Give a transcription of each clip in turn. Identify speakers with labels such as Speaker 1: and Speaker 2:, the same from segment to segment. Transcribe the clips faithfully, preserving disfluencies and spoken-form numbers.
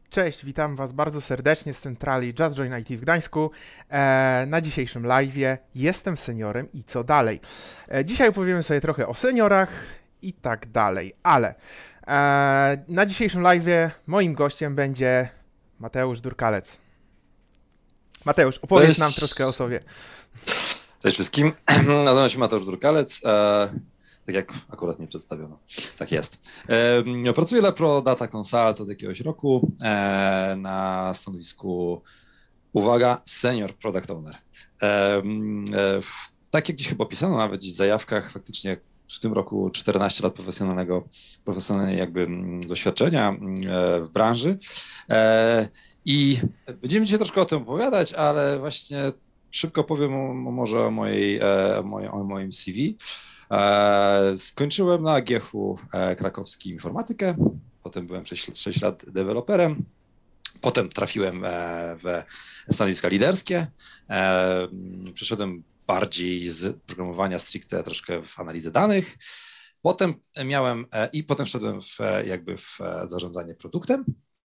Speaker 1: Cześć, witam Was bardzo serdecznie z centrali Just Join I T w Gdańsku. E, na dzisiejszym live'ie jestem seniorem i co dalej. E, dzisiaj opowiemy sobie trochę o seniorach i tak dalej, ale e, na dzisiejszym live'ie moim gościem będzie Mateusz Durkalec. Mateusz, opowiedz
Speaker 2: Cześć.
Speaker 1: nam troszkę o sobie.
Speaker 2: Cześć wszystkim, nazywam się Mateusz Durkalec, e, tak jak akurat mnie przedstawiono, tak jest. E, pracuję dla Pro Data Consult od jakiegoś roku e, na stanowisku, uwaga, Senior Product Owner. E, e, tak jak gdzieś chyba pisano nawet gdzieś w zajawkach, faktycznie w tym roku czternaście lat profesjonalnego, profesjonalnej jakby doświadczenia e, w branży. E, I będziemy dzisiaj troszkę o tym opowiadać, ale właśnie szybko powiem o, może o, mojej, o, moim, o moim C V. Skończyłem na G H U krakowski informatykę, potem byłem sześć lat deweloperem, potem trafiłem w stanowiska liderskie, przeszedłem bardziej z programowania stricte troszkę w analizę danych, potem miałem i potem wszedłem w, jakby w zarządzanie produktem.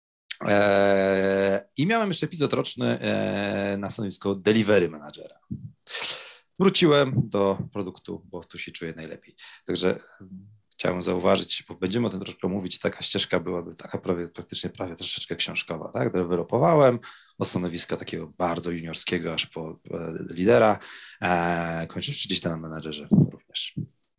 Speaker 2: I miałem jeszcze epizod roczny na stanowisko delivery managera. Wróciłem do produktu, bo tu się czuję najlepiej. Także chciałem zauważyć, bo będziemy o tym troszkę mówić, taka ścieżka byłaby taka prawie, praktycznie prawie troszeczkę książkowa. Tak? Dewelopowałem od stanowiska takiego bardzo juniorskiego aż po lidera, kończywszy gdzieś tam na menadżerze również.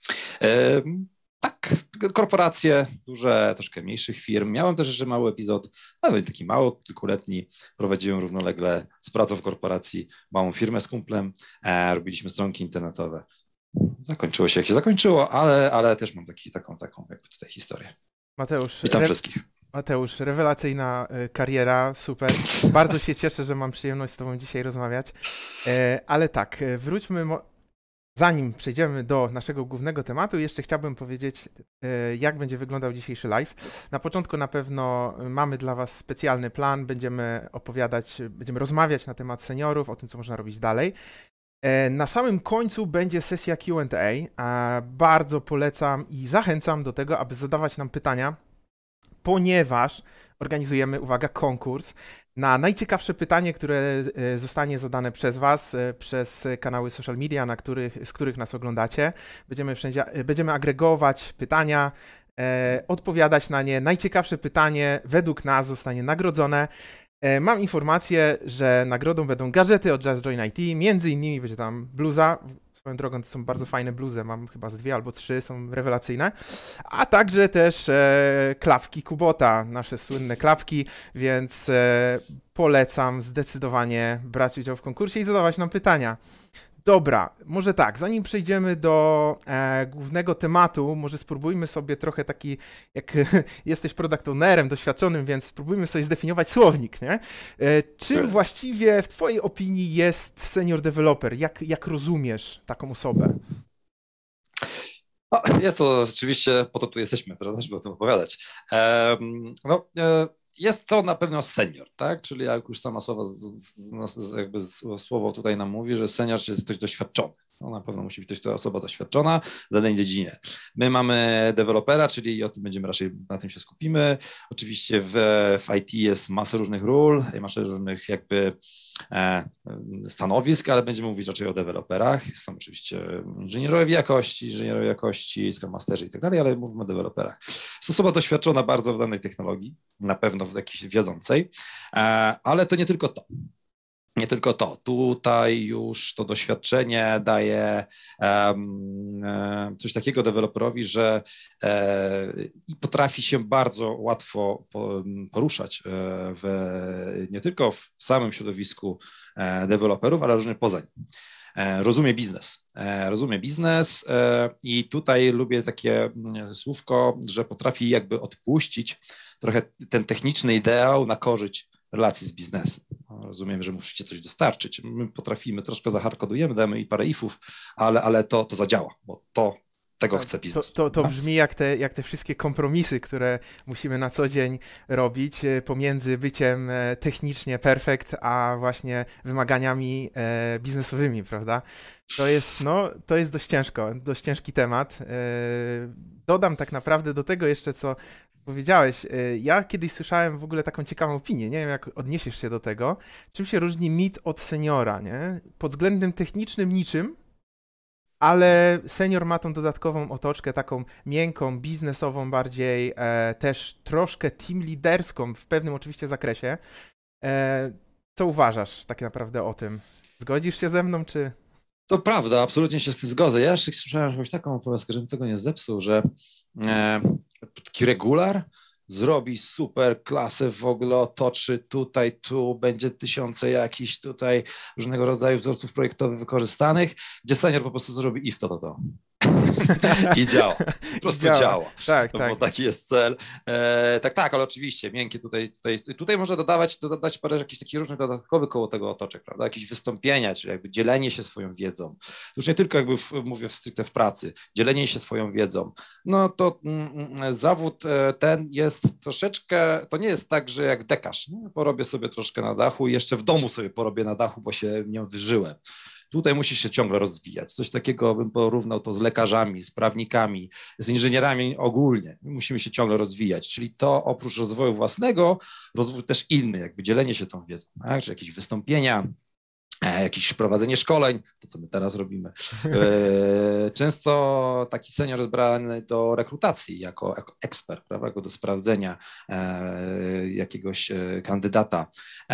Speaker 2: Tak, korporacje, duże, troszkę mniejszych firm. Miałem też jeszcze mały epizod, ale taki mały, kilkuletni. Prowadziłem równolegle z pracą w korporacji małą firmę z kumplem. E, robiliśmy stronki internetowe. Zakończyło się jak się zakończyło, ale, ale też mam taki, taką, taką jakby tutaj historię.
Speaker 1: Mateusz,
Speaker 2: Witam
Speaker 1: re-
Speaker 2: wszystkich.
Speaker 1: Mateusz, rewelacyjna y, kariera, super. Bardzo się cieszę, że mam przyjemność z Tobą dzisiaj rozmawiać. E, ale tak, y, wróćmy... Mo- Zanim przejdziemy do naszego głównego tematu, jeszcze chciałbym powiedzieć, jak będzie wyglądał dzisiejszy live. Na początku na pewno mamy dla Was specjalny plan, będziemy opowiadać, będziemy rozmawiać na temat seniorów, o tym, co można robić dalej. Na samym końcu będzie sesja Q and A. Bardzo polecam i zachęcam do tego, aby zadawać nam pytania, ponieważ organizujemy, uwaga, konkurs na najciekawsze pytanie, które zostanie zadane przez Was, przez kanały social media, na których, z których nas oglądacie. Będziemy, wszędzie, będziemy agregować pytania, e, odpowiadać na nie. Najciekawsze pytanie według nas zostanie nagrodzone. E, mam informację, że nagrodą będą gadżety od Just Join I T, między innymi będzie tam bluza. Swoją drogą to są bardzo fajne bluzy, mam chyba z dwie albo trzy, są rewelacyjne, a także też e, klapki Kubota, nasze słynne klapki, więc e, polecam zdecydowanie brać udział w konkursie i zadawać nam pytania. Dobra, może tak, zanim przejdziemy do e, głównego tematu, może spróbujmy sobie trochę taki, jak jesteś product ownerem doświadczonym, więc spróbujmy sobie zdefiniować słownik, nie? E, czym właściwie w Twojej opinii jest senior developer? Jak, jak rozumiesz taką osobę?
Speaker 2: No, jest to oczywiście, po to tu jesteśmy, prawda, żeby o tym opowiadać. Um, no, e, Jest to na pewno senior, tak? Czyli jak już sama słowa, z, z, z, jakby słowo tutaj nam mówi, że senior jest ktoś doświadczony. No, na pewno musi być ktoś, to osoba doświadczona w danej dziedzinie. My mamy dewelopera, czyli o tym będziemy raczej, na tym się skupimy. Oczywiście w, w I T jest masa różnych ról, masa różnych jakby e, stanowisk, ale będziemy mówić raczej o deweloperach. Są oczywiście inżynierowie jakości, inżynierowie jakości, Scrum Masterzy i tak dalej, ale mówimy o deweloperach. Jest osoba doświadczona bardzo w danej technologii, na pewno w jakiejś wiodącej, e, ale to nie tylko to. Nie tylko to. Tutaj już to doświadczenie daje um, coś takiego deweloperowi, że e, potrafi się bardzo łatwo po, poruszać w, nie tylko w samym środowisku e, deweloperów, ale również poza nim. E, rozumie biznes. E, rozumie biznes e, i tutaj lubię takie słówko, że potrafi jakby odpuścić trochę ten techniczny ideał na korzyść relacji z biznesem. Rozumiem, że musicie coś dostarczyć. My potrafimy, troszkę zahardkodujemy, damy i parę ifów, ale, ale to, to zadziała, bo to tego chce biznes.
Speaker 1: To, to, to brzmi jak te, jak te wszystkie kompromisy, które musimy na co dzień robić pomiędzy byciem technicznie perfekt, a właśnie wymaganiami biznesowymi, prawda? To jest, no, to jest dość ciężko, dość ciężki temat. Dodam tak naprawdę do tego jeszcze, co powiedziałeś. Y, Ja kiedyś słyszałem w ogóle taką ciekawą opinię, nie wiem jak odniesiesz się do tego. Czym się różni mid od seniora, nie? Pod względem technicznym niczym, ale senior ma tą dodatkową otoczkę, taką miękką, biznesową bardziej, e, też troszkę team liderską w pewnym oczywiście zakresie. E, co uważasz tak naprawdę o tym? Zgodzisz się ze mną, czy...
Speaker 2: To prawda, absolutnie się z tym zgodzę. Ja jeszcze słyszałem jakąś taką opowieść, żebym tego nie zepsuł, że e, taki regular zrobi super klasę, w ogóle otoczy tutaj, tu, będzie tysiące jakichś tutaj różnego rodzaju wzorców projektowych wykorzystanych, gdzie senior po prostu zrobi i w to, to, to. I działa. Po prostu
Speaker 1: działa.
Speaker 2: działa.
Speaker 1: Tak,
Speaker 2: No
Speaker 1: tak.
Speaker 2: bo taki jest cel. E, tak, tak, ale oczywiście miękkie tutaj, tutaj, tutaj można dodawać, dodać parę jakichś takich różnych dodatkowych koło tego otoczek, prawda? Jakieś wystąpienia, czyli jakby dzielenie się swoją wiedzą. To już nie tylko jakby w, mówię stricte w pracy, dzielenie się swoją wiedzą. No to mm, zawód e, ten jest troszeczkę, to nie jest tak, że jak dekarz, nie? Porobię sobie troszkę na dachu i jeszcze w domu sobie porobię na dachu, bo się nią wyżyłem. Tutaj musisz się ciągle rozwijać. Coś takiego bym porównał to z lekarzami, z prawnikami, z inżynierami ogólnie. My musimy się ciągle rozwijać, czyli to oprócz rozwoju własnego, rozwój też inny, jakby dzielenie się tą wiedzą, tak? Czy jakieś wystąpienia, jakieś prowadzenie szkoleń, to co my teraz robimy. Często taki senior jest brany do rekrutacji jako, jako ekspert, prawda? Jako do sprawdzenia jakiegoś kandydata.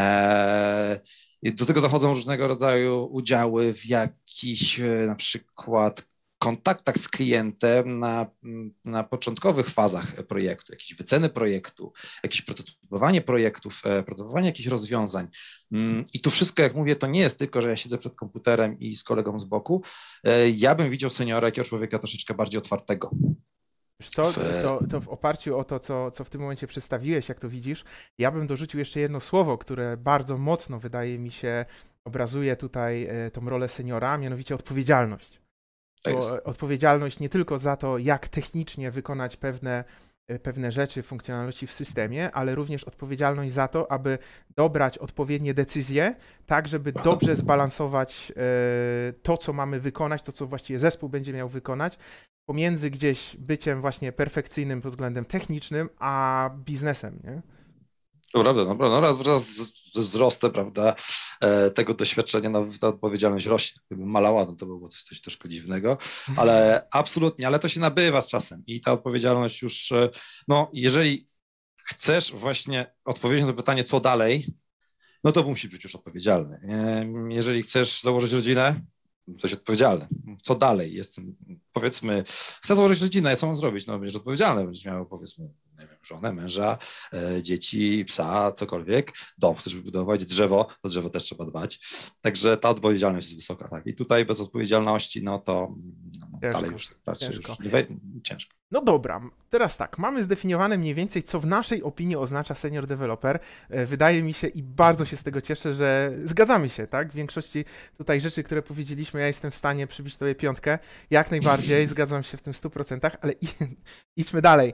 Speaker 2: Do tego dochodzą różnego rodzaju udziały w jakichś na przykład kontaktach z klientem na, na początkowych fazach projektu, jakieś wyceny projektu, jakieś prototypowanie projektów, prototypowanie jakichś rozwiązań. I tu wszystko, jak mówię, to nie jest tylko, że ja siedzę przed komputerem i z kolegą z boku. Ja bym widział seniora jako człowieka troszeczkę bardziej otwartego.
Speaker 1: Wiesz co, to, to w oparciu o to, co, co w tym momencie przedstawiłeś, jak to widzisz, ja bym dorzucił jeszcze jedno słowo, które bardzo mocno, wydaje mi się, obrazuje tutaj tą rolę seniora, mianowicie odpowiedzialność. Bo odpowiedzialność nie tylko za to, jak technicznie wykonać pewne, pewne rzeczy, funkcjonalności w systemie, ale również odpowiedzialność za to, aby dobrać odpowiednie decyzje, tak żeby dobrze zbalansować to, co mamy wykonać, to, co właściwie zespół będzie miał wykonać, pomiędzy gdzieś byciem właśnie perfekcyjnym pod względem technicznym, a biznesem, nie?
Speaker 2: To prawda, no, no raz wraz ze wzrostem, prawda, tego doświadczenia, no, ta odpowiedzialność rośnie. Gdyby malała, no to było coś, coś troszkę dziwnego, ale absolutnie, ale to się nabywa z czasem i ta odpowiedzialność już, no jeżeli chcesz właśnie odpowiedzieć na to pytanie, co dalej, no to musisz być już odpowiedzialny. Jeżeli chcesz założyć rodzinę, coś odpowiedzialne. Co dalej? Jestem, powiedzmy, chcę założyć rodzinę, co mam zrobić? No będziesz odpowiedzialny, będziesz miał, powiedzmy, nie wiem, żonę, męża, e, dzieci, psa, cokolwiek. Dom chcesz wybudować, drzewo, to drzewo też trzeba dbać. Także ta odpowiedzialność jest wysoka, tak. I tutaj bez odpowiedzialności, no to no, ciężko, dalej już raczej już nie we... ciężko.
Speaker 1: No dobra, teraz tak, mamy zdefiniowane mniej więcej, co w naszej opinii oznacza senior developer. Wydaje mi się i bardzo się z tego cieszę, że zgadzamy się, tak? W większości tutaj rzeczy, które powiedzieliśmy, ja jestem w stanie przybić tobie piątkę, jak najbardziej, zgadzam się w tym stu procentach, ale i, idźmy dalej.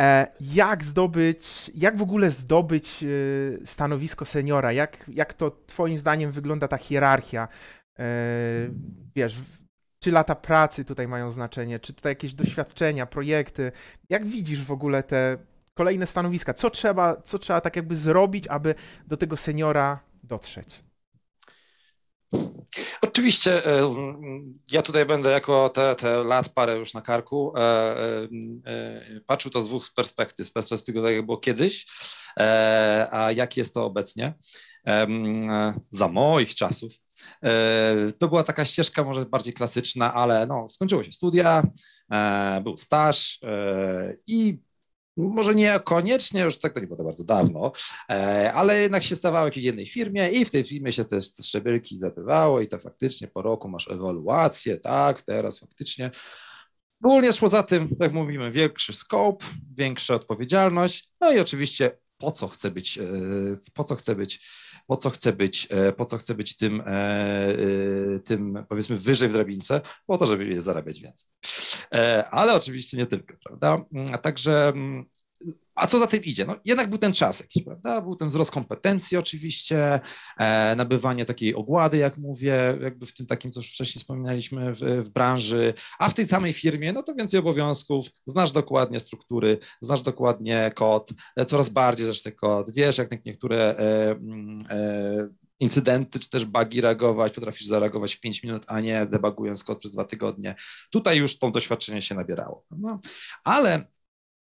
Speaker 1: Jak zdobyć, jak w ogóle zdobyć stanowisko seniora? Jak, jak to twoim zdaniem wygląda ta hierarchia? Wiesz, czy lata pracy tutaj mają znaczenie, czy tutaj jakieś doświadczenia, projekty? Jak widzisz w ogóle te kolejne stanowiska? Co trzeba, co trzeba tak jakby zrobić, aby do tego seniora dotrzeć?
Speaker 2: Oczywiście ja tutaj będę jako te, te lat parę już na karku patrzył to z dwóch perspektyw. Z perspektywy tak jak było kiedyś, a jak jest to obecnie. Za moich czasów to była taka ścieżka może bardziej klasyczna, ale no, skończyło się studia, był staż i może niekoniecznie, już tak to nie było to bardzo dawno, ale jednak się stawało w jakiejś jednej firmie i w tej firmie się też te szczebelki zabywało i to faktycznie po roku masz ewaluację, tak, teraz faktycznie. Ogólnie szło za tym, jak mówimy, większy scope, większa odpowiedzialność, no i oczywiście po co chcę być, po co chcę być, po co chcę być, po co chcę być tym, tym powiedzmy wyżej w drabince, po to, żeby zarabiać więcej. Ale oczywiście nie tylko, prawda? A także A co za tym idzie? No, jednak był ten czas jakiś, prawda? Był ten wzrost kompetencji oczywiście, e, nabywanie takiej ogłady, jak mówię, jakby w tym takim, co już wcześniej wspominaliśmy w, w branży, a w tej samej firmie, no to więcej obowiązków, znasz dokładnie struktury, znasz dokładnie kod, e, coraz bardziej znasz ten kod, wiesz, jak na niektóre e, e, incydenty czy też bugi reagować, potrafisz zareagować w pięć minut, a nie debugując kod przez dwa tygodnie. Tutaj już to doświadczenie się nabierało. No, ale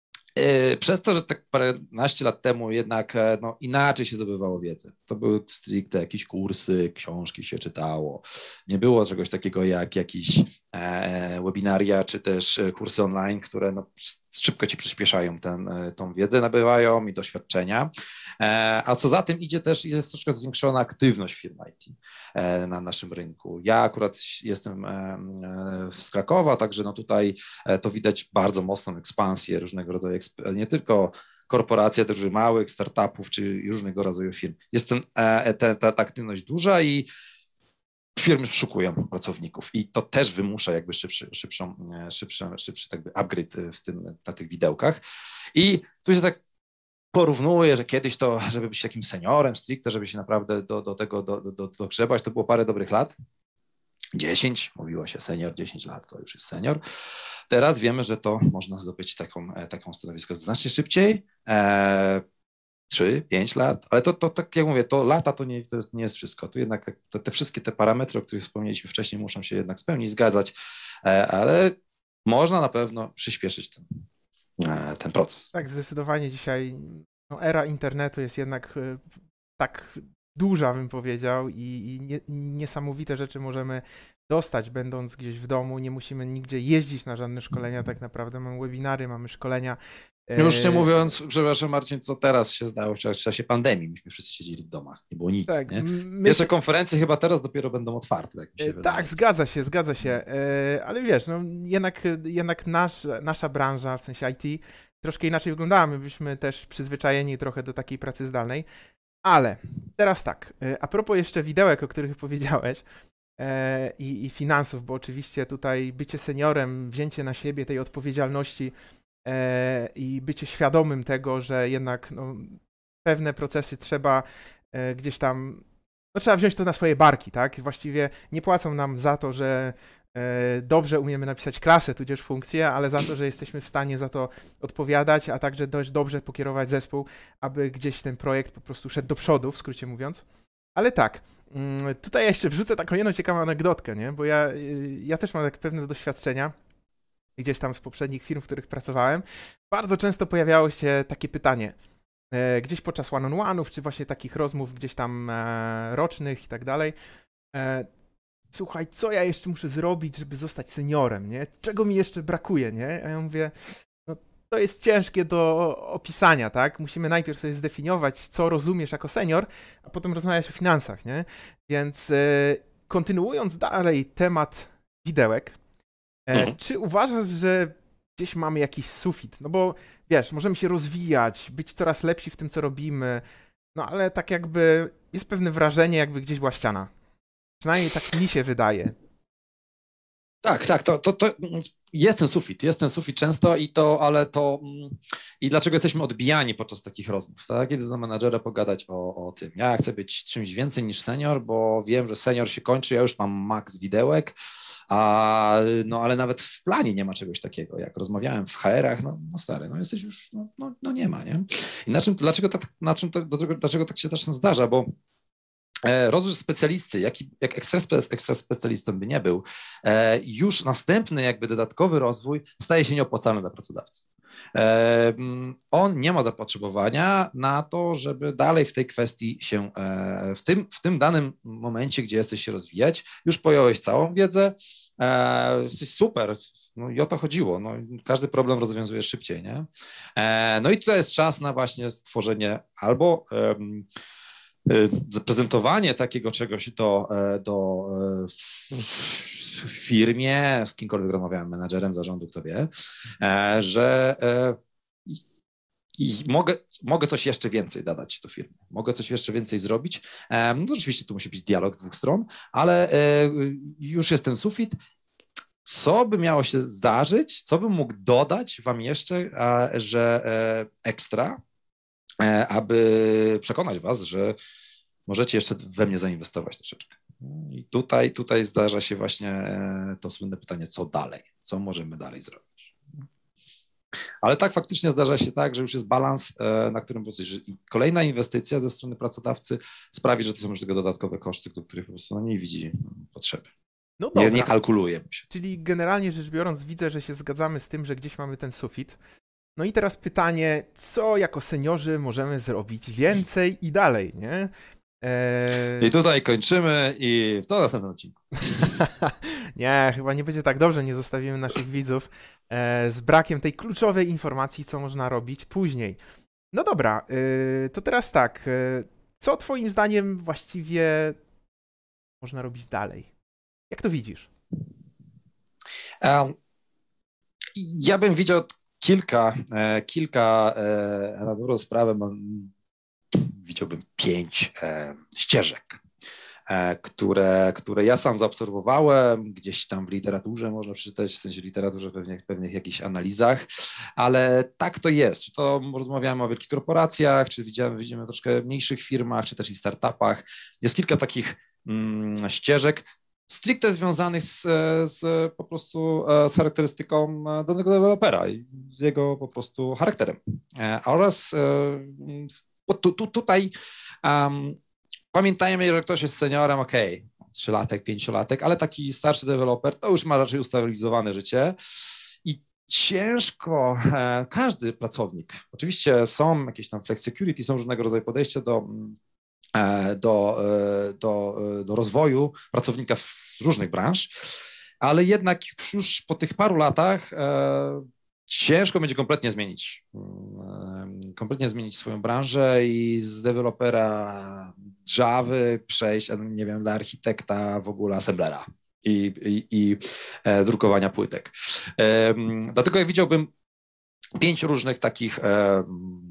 Speaker 2: przez to, że tak paręnaście lat temu jednak no, inaczej się zdobywało wiedzę. To były stricte jakieś kursy, książki się czytało. Nie było czegoś takiego jak jakieś e, webinaria czy też kursy online, które no, szybko ci przyspieszają ten, tą wiedzę, nabywają i doświadczenia. E, a co za tym idzie też jest troszkę zwiększona aktywność firm I T e, na naszym rynku. Ja akurat jestem e, z Krakowa, także no tutaj e, to widać bardzo mocną ekspansję różnego rodzaju, eksp- nie tylko korporacje, też małych startupów czy różnego rodzaju firm. Jest ten, e, te, ta, ta aktywność duża i firmy szukują pracowników i to też wymusza jakby szybszy, szybszą, szybszy, szybszy jakby upgrade w tym, na tych widełkach. I tu się tak porównuje, że kiedyś to, żeby być takim seniorem stricte, żeby się naprawdę do, do tego do, do, dogrzebać, to było parę dobrych lat. dziesięć, mówiło się senior, dziesięć lat to już jest senior. Teraz wiemy, że to można zdobyć taką, taką stanowisko znacznie szybciej. E, trzy, pięć lat, ale to, to tak jak mówię, to lata to nie, to nie jest wszystko. Tu jednak te, te wszystkie te parametry, o których wspomnieliśmy wcześniej, muszą się jednak spełnić, zgadzać, ale można na pewno przyspieszyć ten, ten proces.
Speaker 1: Tak, zdecydowanie dzisiaj no, era internetu jest jednak tak duża, bym powiedział, i, i nie, niesamowite rzeczy możemy dostać, będąc gdzieś w domu. Nie musimy nigdzie jeździć na żadne szkolenia tak naprawdę. Mamy webinary, mamy szkolenia.
Speaker 2: Już nie mówiąc, przepraszam Marcin, co teraz się zdało w czasie pandemii. Myśmy wszyscy siedzieli w domach, nie było nic.
Speaker 1: Tak,
Speaker 2: nie?
Speaker 1: my...
Speaker 2: Pierwsze konferencje chyba teraz dopiero będą otwarte. Tak, mi się
Speaker 1: tak
Speaker 2: wydaje.
Speaker 1: zgadza się, zgadza się. Ale wiesz, no, jednak, jednak nasz, nasza branża, w sensie I T, troszkę inaczej wyglądała. My byliśmy też przyzwyczajeni trochę do takiej pracy zdalnej. Ale teraz tak, a propos jeszcze widełek, o których powiedziałeś, i, i finansów, bo oczywiście tutaj bycie seniorem, wzięcie na siebie tej odpowiedzialności i bycie świadomym tego, że jednak no, pewne procesy trzeba gdzieś tam, no trzeba wziąć to na swoje barki, tak? Właściwie nie płacą nam za to, że dobrze umiemy napisać klasę, tudzież funkcję, ale za to, że jesteśmy w stanie za to odpowiadać, a także dość dobrze pokierować zespół, aby gdzieś ten projekt po prostu szedł do przodu, w skrócie mówiąc. Ale tak, tutaj jeszcze wrzucę taką jedną ciekawą anegdotkę, nie? Bo ja, ja też mam tak pewne doświadczenia gdzieś tam z poprzednich firm, w których pracowałem. Bardzo często pojawiało się takie pytanie, gdzieś podczas one-on-one'ów, czy właśnie takich rozmów gdzieś tam rocznych i tak dalej. Słuchaj, co ja jeszcze muszę zrobić, żeby zostać seniorem, nie? Czego mi jeszcze brakuje, nie? A ja mówię, no to jest ciężkie do opisania, tak? Musimy najpierw sobie zdefiniować, co rozumiesz jako senior, a potem rozmawiać o finansach, nie? Więc e, kontynuując dalej temat widełek, e, mhm. czy uważasz, że gdzieś mamy jakiś sufit? No bo wiesz, możemy się rozwijać, być coraz lepsi w tym, co robimy, no ale tak jakby jest pewne wrażenie, jakby gdzieś była ściana. Przynajmniej tak mi się wydaje.
Speaker 2: Tak, tak, to, to, to jest ten sufit, jest ten sufit często i to, ale to i dlaczego jesteśmy odbijani podczas takich rozmów, tak? Idę do menadżera pogadać o, o tym. Ja chcę być czymś więcej niż senior, bo wiem, że senior się kończy, ja już mam max widełek, a no ale nawet w planie nie ma czegoś takiego. Jak rozmawiałem w H R-ach, no, no stary, no jesteś już, no, no, no nie ma, nie? I na czym, dlaczego tak, na czym to, dlaczego, dlaczego tak się czasem zdarza, bo rozwój specjalisty, jak, jak ekstra specjalistą by nie był, już następny jakby dodatkowy rozwój staje się nieopłacalny dla pracodawcy. On nie ma zapotrzebowania na to, żeby dalej w tej kwestii się, w tym, w tym danym momencie, gdzie jesteś się rozwijać, już pojąłeś całą wiedzę, jesteś super, no i o to chodziło, no, każdy problem rozwiązujesz szybciej, nie? No i tutaj jest czas na właśnie stworzenie albo zaprezentowanie takiego czegoś do, do w firmie, z kimkolwiek rozmawiałem, menadżerem zarządu, kto wie, że i mogę, mogę coś jeszcze więcej dodać do firmy, mogę coś jeszcze więcej zrobić. No oczywiście tu musi być dialog z dwóch stron, ale już jest ten sufit. co by miało się zdarzyć, co bym mógł dodać wam jeszcze, że ekstra, aby przekonać was, że możecie jeszcze we mnie zainwestować troszeczkę. I tutaj, tutaj zdarza się właśnie to słynne pytanie, co dalej, co możemy dalej zrobić. Ale tak faktycznie zdarza się tak, że już jest balans, na którym po prostu że kolejna inwestycja ze strony pracodawcy sprawi, że to są już tylko dodatkowe koszty, do których po prostu no, nie widzi potrzeby.
Speaker 1: No dobra.
Speaker 2: Nie, nie kalkuluje mu się.
Speaker 1: Czyli generalnie rzecz biorąc widzę, że się zgadzamy z tym, że gdzieś mamy ten sufit. No i teraz pytanie, co jako seniorzy możemy zrobić więcej i dalej, nie?
Speaker 2: Eee... I tutaj kończymy i w to następnym odcinku.
Speaker 1: Nie, chyba nie będzie tak dobrze, nie zostawimy naszych widzów e, z brakiem tej kluczowej informacji, co można robić później. No dobra, e, to teraz tak, e, co twoim zdaniem właściwie można robić dalej? Jak to widzisz?
Speaker 2: Um, ja bym widział kilka, e, kilka e, na dobrą sprawę widziałbym pięć e, ścieżek, e, które, które ja sam zaobserwowałem, gdzieś tam w literaturze można przeczytać, w sensie literaturze pewnie w pewnych jakichś analizach, ale tak to jest. Czy to rozmawiamy o wielkich korporacjach, czy widzimy, widzimy troszkę mniejszych firmach, czy też i startupach. Jest kilka takich mm, ścieżek, stricte związanych z, z po prostu z charakterystyką danego dewelopera i z jego po prostu charakterem. Oraz tu, tu, tutaj um, pamiętajmy, że ktoś jest seniorem, ok, trzylatek, pięciolatek, ale taki starszy deweloper to już ma raczej ustabilizowane życie i ciężko, każdy pracownik, oczywiście są jakieś tam flex security, są różnego rodzaju podejścia do Do, do, do rozwoju pracownika z różnych branż, ale jednak już, już po tych paru latach e, ciężko będzie kompletnie zmienić, e, kompletnie zmienić swoją branżę i z dewelopera Javy przejść, nie wiem, dla architekta w ogóle assemblera i, i, i e, drukowania płytek. E, dlatego ja widziałbym pięć różnych takich e,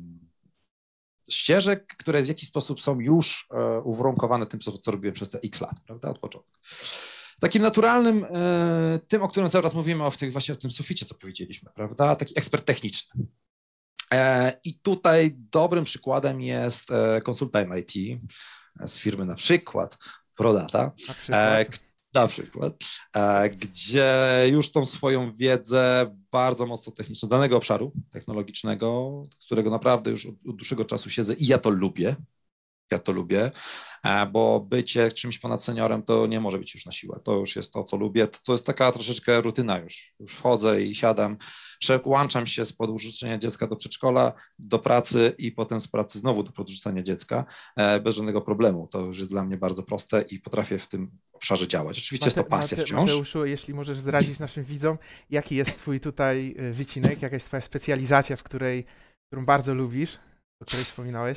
Speaker 2: ścieżek, które w jakiś sposób są już e, uwarunkowane tym, co, co robiłem przez te x lat, prawda, od początku. Takim naturalnym, e, tym, o którym cały czas mówimy, o w tych, właśnie o tym suficie, co powiedzieliśmy, prawda, taki ekspert techniczny. E, I tutaj dobrym przykładem jest e, konsultant I T z firmy na przykład Prodata,
Speaker 1: na przykład.
Speaker 2: E, na przykład, gdzie już tą swoją wiedzę bardzo mocno techniczną, danego obszaru technologicznego, którego naprawdę już od, od dłuższego czasu siedzę i ja to lubię, ja to lubię, bo bycie czymś ponad seniorem to nie może być już na siłę, to już jest to, co lubię, to, to jest taka troszeczkę rutyna już, już wchodzę i siadam, przełączam się z podrzucenia dziecka do przedszkola, do pracy i potem z pracy znowu do podrzucenia dziecka bez żadnego problemu, to już jest dla mnie bardzo proste i potrafię w tym obszarze działać. Oczywiście Mate, jest to pasja
Speaker 1: Mate,
Speaker 2: wciąż.
Speaker 1: Mateuszu, jeśli możesz zdradzić naszym widzom, jaki jest twój tutaj wycinek, jaka jest twoja specjalizacja, w której, którą bardzo lubisz, o której wspominałeś?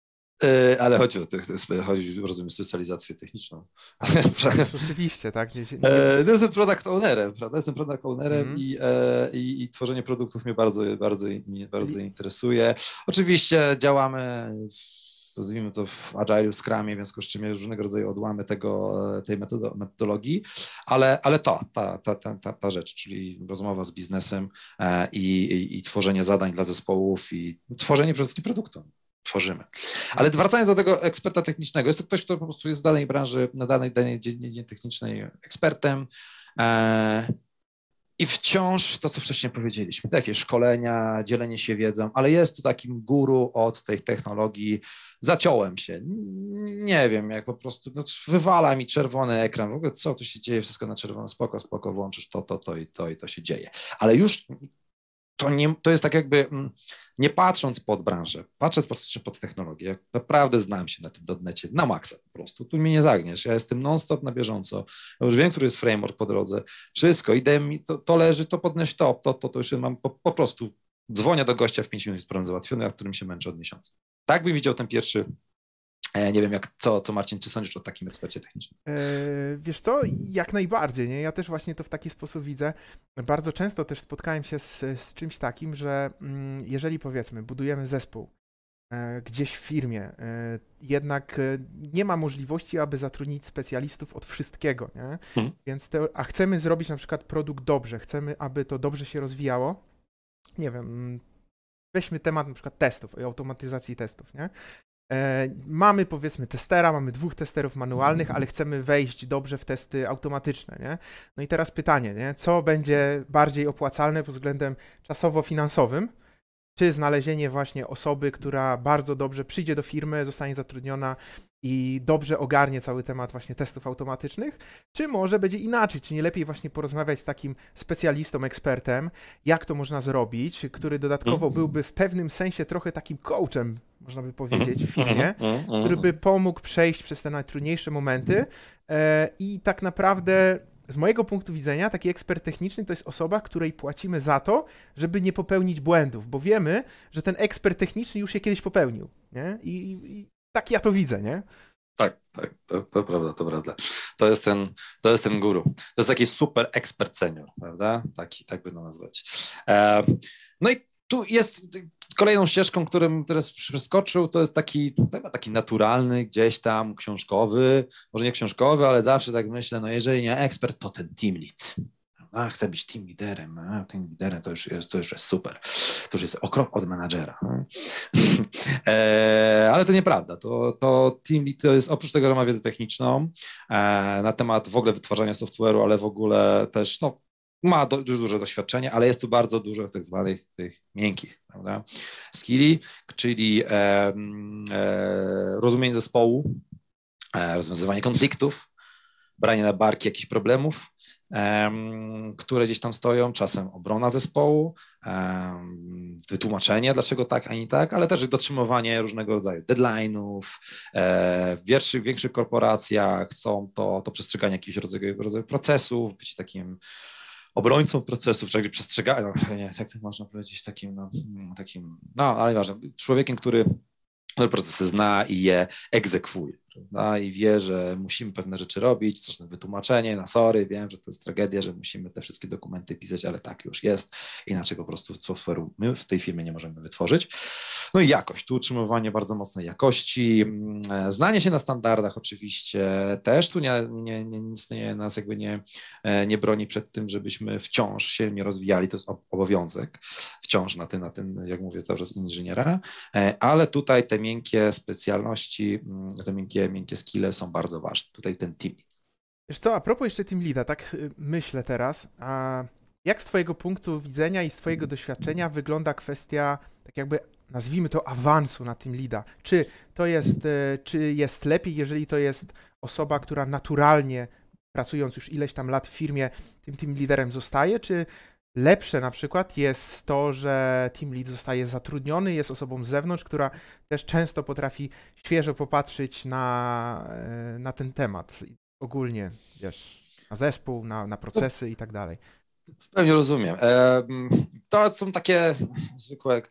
Speaker 2: Ale chodzi o to, chodzi, rozumiem, specjalizację techniczną.
Speaker 1: Oczywiście, tak? Nie, nie...
Speaker 2: No, jestem product ownerem, prawda? Jestem product ownerem mm. i, i, i tworzenie produktów mnie bardzo, bardzo, bardzo I... interesuje. Oczywiście działamy, nazwijmy to w Agile, w Scrumie, w związku z czym różnego rodzaju odłamy tego, tej metodo, metodologii, ale, ale to, ta, ta, ta, ta, ta rzecz, czyli rozmowa z biznesem i, i, i tworzenie zadań dla zespołów i tworzenie przede wszystkim produktu. Tworzymy. Ale wracając do tego eksperta technicznego, jest to ktoś, kto po prostu jest w danej branży, na danej, danej dziedzinie technicznej ekspertem e, i wciąż to, co wcześniej powiedzieliśmy, takie szkolenia, dzielenie się wiedzą, ale jest to takim guru od tej technologii. Zaciąłem się, nie wiem, jak po prostu no, wywala mi czerwony ekran, w ogóle co tu się dzieje, wszystko na czerwono, spoko, spoko, włączysz to, to, to i to i to się dzieje. Ale już to, nie, to jest tak jakby, nie patrząc pod branżę, patrząc po prostu pod technologię, ja naprawdę znam się na tym dotnecie, na maksa po prostu, tu mnie nie zagniesz, ja jestem non-stop na bieżąco, ja już wiem, który jest framework po drodze, wszystko, idę mi, to, to leży, to podnieś to, to, to, to już mam po, po prostu, dzwonię do gościa w pięć minut, jest problem załatwiony, a którym się męczę od miesiąca. Tak bym widział ten pierwszy. Nie wiem, jak, co, co Marcin, czy sądzisz o takim ekspercie technicznym?
Speaker 1: Eee, wiesz co, jak najbardziej, nie? Ja też właśnie to w taki sposób widzę. Bardzo często też spotkałem się z, z czymś takim, że mm, jeżeli powiedzmy budujemy zespół gdzieś w firmie, jednak nie ma możliwości, aby zatrudnić specjalistów od wszystkiego, nie?
Speaker 2: Mhm.
Speaker 1: Więc te, a chcemy zrobić na przykład produkt dobrze, chcemy, aby to dobrze się rozwijało. Nie wiem, weźmy temat na przykład testów i automatyzacji testów, nie? Mamy powiedzmy testera, mamy dwóch testerów manualnych, ale chcemy wejść dobrze w testy automatyczne, nie? No i teraz pytanie, nie? Co będzie bardziej opłacalne pod względem czasowo-finansowym? Czy znalezienie właśnie osoby, która bardzo dobrze przyjdzie do firmy, zostanie zatrudniona i dobrze ogarnie cały temat właśnie testów automatycznych, czy może będzie inaczej, czy nie lepiej właśnie porozmawiać z takim specjalistą, ekspertem, jak to można zrobić, który dodatkowo byłby w pewnym sensie trochę takim coachem, można by powiedzieć, w firmie, który by pomógł przejść przez te najtrudniejsze momenty i tak naprawdę z mojego punktu widzenia taki ekspert techniczny to jest osoba, której płacimy za to, żeby nie popełnić błędów, bo wiemy, że ten ekspert techniczny już je kiedyś popełnił, nie? I, i tak ja to widzę, nie?
Speaker 2: Tak, tak, to, to prawda, to prawda. To jest ten, to jest ten guru. To jest taki super ekspert senior, prawda? Taki, tak by to nazwać. E, no i tu jest kolejną ścieżką, którym teraz przeskoczył, to jest taki, chyba taki naturalny, gdzieś tam książkowy, może nie książkowy, ale zawsze tak myślę, no jeżeli nie ekspert, to ten team lead. A, chcę być team liderem, a team liderem to już jest, to już jest super, to już jest o krok od menadżera. e, ale to nieprawda, to, to team lead to jest oprócz tego, że ma wiedzę techniczną e, na temat w ogóle wytwarzania software'u, ale w ogóle też no, ma do, dużo, duże doświadczenie, ale jest tu bardzo dużo tak zwanych tych miękkich, prawda, skilli, czyli e, e, rozumienie zespołu, e, rozwiązywanie konfliktów, branie na barki jakichś problemów, um, które gdzieś tam stoją, czasem obrona zespołu, um, wytłumaczenie, dlaczego tak, a nie tak, ale też dotrzymywanie różnego rodzaju deadline'ów. E, w większych, większych korporacjach są to, to przestrzeganie jakichś rodzaju, rodzaju procesów, być takim obrońcą procesów, czyli przestrzegają, no, nie, tak można powiedzieć, takim, no, takim, no ale ważne, człowiekiem, który który procesy zna i je egzekwuje, prawda? I wie, że musimy pewne rzeczy robić, coś na wytłumaczenie, na sorry, wiem, że to jest tragedia, że musimy te wszystkie dokumenty pisać, ale tak już jest, inaczej po prostu software'u my w tej firmie nie możemy wytworzyć. No i jakość, tu utrzymywanie bardzo mocnej jakości, znanie się na standardach oczywiście też, tu nie, nie, nie, nic nie, nas jakby nie, nie broni przed tym, żebyśmy wciąż się nie rozwijali, to jest obowiązek, wciąż na tym, na tym jak mówię, cały czas inżyniera, ale tutaj te miękkie specjalności, te miękkie, miękkie skille są bardzo ważne. Tutaj ten team lead.
Speaker 1: Wiesz co, a propos jeszcze team leada, tak myślę teraz, a jak z twojego punktu widzenia i z twojego doświadczenia wygląda kwestia, tak jakby nazwijmy to awansu na team leada? Czy to jest, czy jest lepiej, jeżeli to jest osoba, która naturalnie, pracując już ileś tam lat w firmie, tym team leaderem zostaje, czy lepsze na przykład jest to, że team lead zostaje zatrudniony, jest osobą z zewnątrz, która też często potrafi świeżo popatrzeć na, na ten temat ogólnie, wiesz, na zespół, na, na procesy i tak dalej.
Speaker 2: Pewnie rozumiem. To są takie zwykłe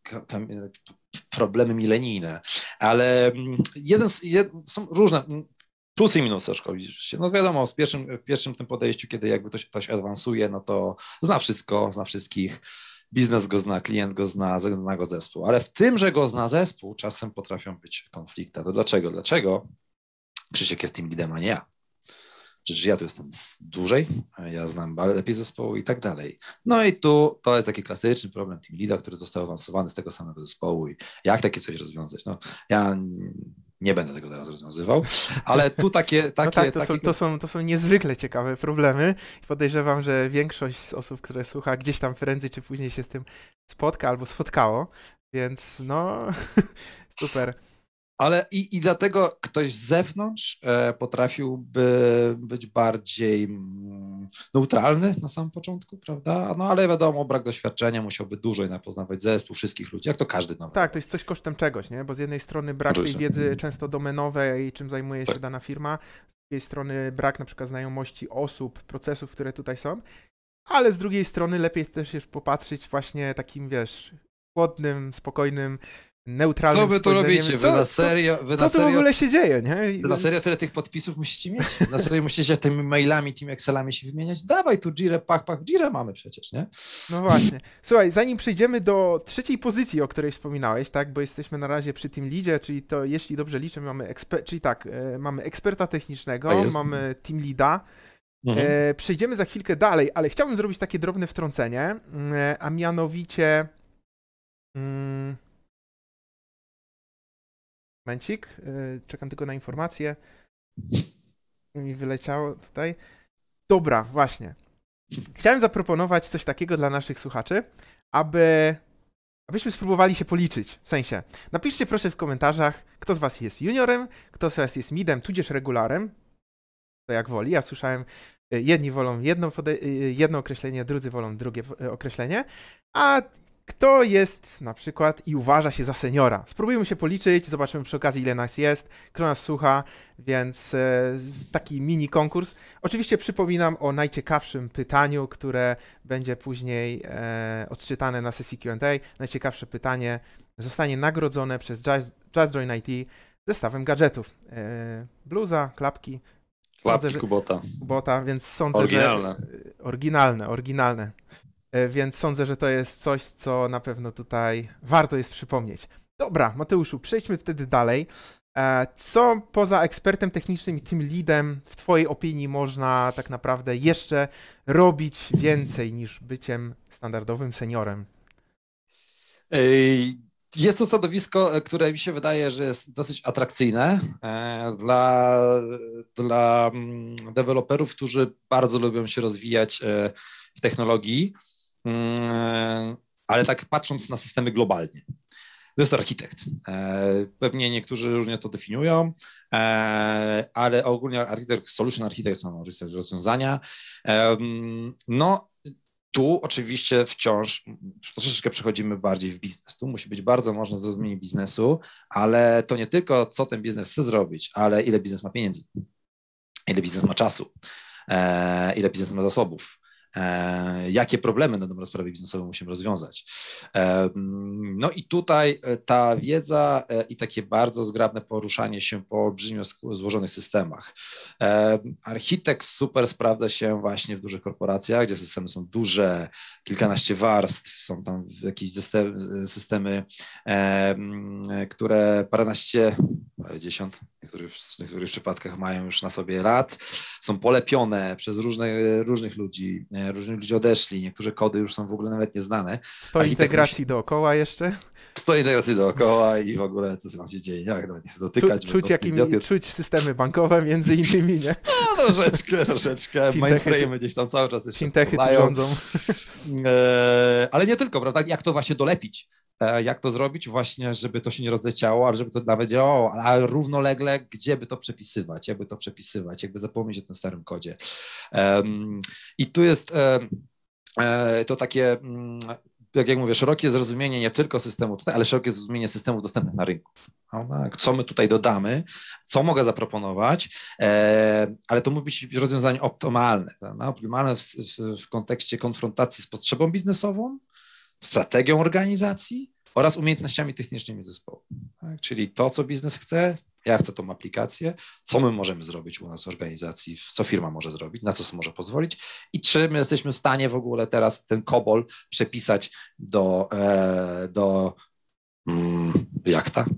Speaker 2: problemy milenijne, ale jeden z, jed, są różne plusy i minusy oczywiście. No wiadomo, w pierwszym, w pierwszym tym podejściu, kiedy jakby ktoś, ktoś awansuje, no to zna wszystko, zna wszystkich, biznes go zna, klient go zna, zna go zespół, ale w tym, że go zna zespół, czasem potrafią być konflikty. To dlaczego? Dlaczego Krzysiek jest team leadem, a nie ja? Przecież ja tu jestem dłużej, ja znam lepiej zespołu i tak dalej. No i tu to jest taki klasyczny problem team leada, który został awansowany z tego samego zespołu i jak takie coś rozwiązać? No ja nie będę tego teraz rozwiązywał, ale tu takie... takie,
Speaker 1: no tak, to,
Speaker 2: takie...
Speaker 1: Są, to, są, to są niezwykle ciekawe problemy i podejrzewam, że większość z osób, które słucha, gdzieś tam prędzej czy później się z tym spotka albo spotkało, więc no super.
Speaker 2: Ale i, i dlatego ktoś z zewnątrz e, potrafiłby być bardziej mm, neutralny na samym początku, prawda? No ale wiadomo, brak doświadczenia, musiałby dłużej napoznawać zespół, wszystkich ludzi, jak to każdy nowy.
Speaker 1: Tak, to jest coś kosztem czegoś, nie? Bo z jednej strony brak tej wiedzy często domeniowej, czym zajmuje się tak. dana firma, z drugiej strony brak na przykład znajomości osób, procesów, które tutaj są, ale z drugiej strony lepiej też jest popatrzeć właśnie takim, wiesz, chłodnym, spokojnym neutralnym
Speaker 2: Co wy tu
Speaker 1: spojrzeniem.
Speaker 2: robicie? Wy
Speaker 1: Co,
Speaker 2: na serio, wy
Speaker 1: co,
Speaker 2: na
Speaker 1: co tu w
Speaker 2: serio,
Speaker 1: ogóle się dzieje, nie?
Speaker 2: wy na serio tyle tych podpisów musicie mieć? Na serio musicie tymi mailami, tymi Excelami się wymieniać? Dawaj tu Jirę, pach, pach, Jirę mamy przecież, nie?
Speaker 1: No właśnie. Słuchaj, zanim przejdziemy do trzeciej pozycji, o której wspominałeś, tak, bo jesteśmy na razie przy team leadzie, czyli to, jeśli dobrze liczę, mamy eksper- czyli tak, e, mamy eksperta technicznego, mamy team leada.
Speaker 2: Mhm.
Speaker 1: E, przejdziemy za chwilkę dalej, ale chciałbym zrobić takie drobne wtrącenie, e, a mianowicie mm, momencik, e, czekam tylko na informację. Mi wyleciało tutaj. Dobra, właśnie. Chciałem zaproponować coś takiego dla naszych słuchaczy, aby abyśmy spróbowali się policzyć. W sensie, napiszcie proszę w komentarzach, kto z was jest juniorem, kto z was jest midem, tudzież regularem. To jak woli. Ja słyszałem, y, jedni wolą jedno, pode- y, jedno określenie, drudzy wolą drugie y, określenie, a kto jest na przykład i uważa się za seniora. Spróbujmy się policzyć, zobaczymy przy okazji, ile nas jest, kto nas słucha, więc y, taki mini konkurs. Oczywiście przypominam o najciekawszym pytaniu, które będzie później e, odczytane na sesji Q and A. Najciekawsze pytanie zostanie nagrodzone przez Just, Just Join I T zestawem gadżetów. E, bluza, klapki.
Speaker 2: Klapki
Speaker 1: Sądzę, że-
Speaker 2: Kubota.
Speaker 1: Kubota, więc sądzę,
Speaker 2: Oryginalne.
Speaker 1: że... Oryginalne, oryginalne. E, Więc sądzę, że to jest coś, co na pewno tutaj warto jest przypomnieć. Dobra, Mateuszu, przejdźmy wtedy dalej. E, Co poza ekspertem technicznym i tym leadem w twojej opinii można tak naprawdę jeszcze robić więcej niż byciem standardowym seniorem?
Speaker 2: Ej, Jest to stanowisko, które mi się wydaje, że jest dosyć atrakcyjne e, dla, dla mm, deweloperów, którzy bardzo lubią się rozwijać e, w technologii, Mm, ale tak patrząc na systemy globalnie. To jest to architekt. E, Pewnie niektórzy różnie to definiują, e, ale ogólnie architekt, solution architect są rozwiązania. Em, No, tu oczywiście wciąż troszeczkę przechodzimy bardziej w biznes. Tu musi być bardzo mocne zrozumienie biznesu, ale to nie tylko co ten biznes chce zrobić, ale ile biznes ma pieniędzy, ile biznes ma czasu, e, ile biznes ma zasobów, e, jakie problemy na dobrą sprawę biznesową musimy rozwiązać. E, No i tutaj ta wiedza e, i takie bardzo zgrabne poruszanie się po olbrzymio sk- złożonych systemach. E, Architekt super sprawdza się właśnie w dużych korporacjach, gdzie systemy są duże, kilkanaście warstw, są tam jakieś systemy, systemy e, m, które paręnaście, parędziesiąt, w niektórych, w niektórych przypadkach mają już na sobie lat, są polepione przez różne, różnych ludzi, e, różni ludzie odeszli, niektóre kody już są w ogóle nawet nieznane.
Speaker 1: sto
Speaker 2: Architekt
Speaker 1: integracji dookoła jeszcze.
Speaker 2: Sto integracji dookoła i w ogóle co tam się dzieje, jak no, nie chcę
Speaker 1: Czu,
Speaker 2: dotykać. bo
Speaker 1: czuć,
Speaker 2: to
Speaker 1: jakimi,
Speaker 2: idioty-
Speaker 1: czuć systemy bankowe między innymi, nie?
Speaker 2: No, troszeczkę, troszeczkę.
Speaker 1: Fintechy
Speaker 2: Mainframe gdzieś tam cały czas jeszcze
Speaker 1: Fintechy tu
Speaker 2: podlają.
Speaker 1: rządzą.
Speaker 2: E, ale nie tylko, prawda? Jak to właśnie dolepić? E, jak to zrobić właśnie, żeby to się nie rozleciało, ale żeby to nawet działało, ale równolegle, gdzie by to przepisywać, jakby to przepisywać, jakby zapomnieć o tym starym kodzie. Em, I tu jest em, e, to takie, mm, jak, jak mówię, szerokie zrozumienie nie tylko systemu tutaj, ale szerokie zrozumienie systemów dostępnych na rynku. Prawda? Co my tutaj dodamy, co mogę zaproponować, e, ale to musi być rozwiązanie optymalne. Prawda? Optymalne w, w, w kontekście konfrontacji z potrzebą biznesową, strategią organizacji oraz umiejętnościami technicznymi zespołu. Tak? Czyli to, co biznes chce, ja chcę tą aplikację, co my możemy zrobić u nas w organizacji, co firma może zrobić, na co sobie może pozwolić i czy my jesteśmy w stanie w ogóle teraz ten COBOL przepisać do, e, do mm, jak ta?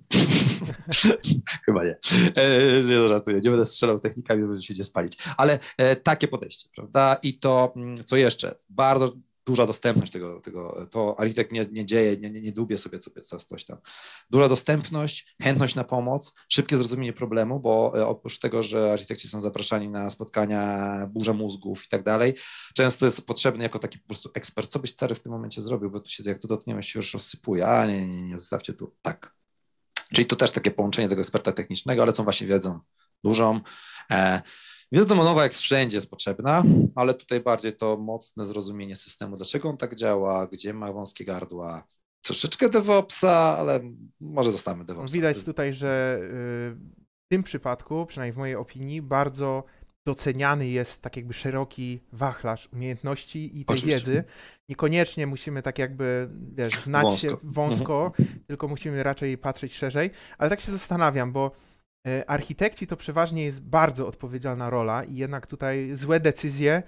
Speaker 2: Chyba nie. E, nie żartuję, nie będę strzelał technikami, żeby się nie spalić, ale e, takie podejście, prawda? I to, mm, co jeszcze, bardzo duża dostępność tego, tego to architekt nie, nie dzieje, nie, nie, nie dłubie sobie, sobie coś, coś tam. Duża dostępność, chętność na pomoc, szybkie zrozumienie problemu, bo e, oprócz tego, że architekci są zapraszani na spotkania, burza mózgów i tak dalej, często jest potrzebny jako taki po prostu ekspert, co byś stary w tym momencie zrobił, bo tu się, jak tu dotkniemy, się już rozsypuje, a nie, nie, nie, zostawcie tu, tak. Czyli tu też takie połączenie tego eksperta technicznego, ale tą właśnie wiedzą dużą. E, Wiedza domowa jak wszędzie jest potrzebna, ale tutaj bardziej to mocne zrozumienie systemu, dlaczego on tak działa, gdzie ma wąskie gardła, troszeczkę DevOpsa, ale może zostawmy DevOpsa.
Speaker 1: Widać tutaj, że y, w tym przypadku, przynajmniej w mojej opinii, bardzo doceniany jest tak jakby szeroki wachlarz umiejętności i tej
Speaker 2: Oczywiście.
Speaker 1: wiedzy. Niekoniecznie musimy tak jakby, wiesz, znać
Speaker 2: Wąsko.
Speaker 1: się wąsko, tylko musimy raczej patrzeć szerzej. Ale tak się zastanawiam, bo e, architekci to przeważnie jest bardzo odpowiedzialna rola i jednak tutaj złe decyzje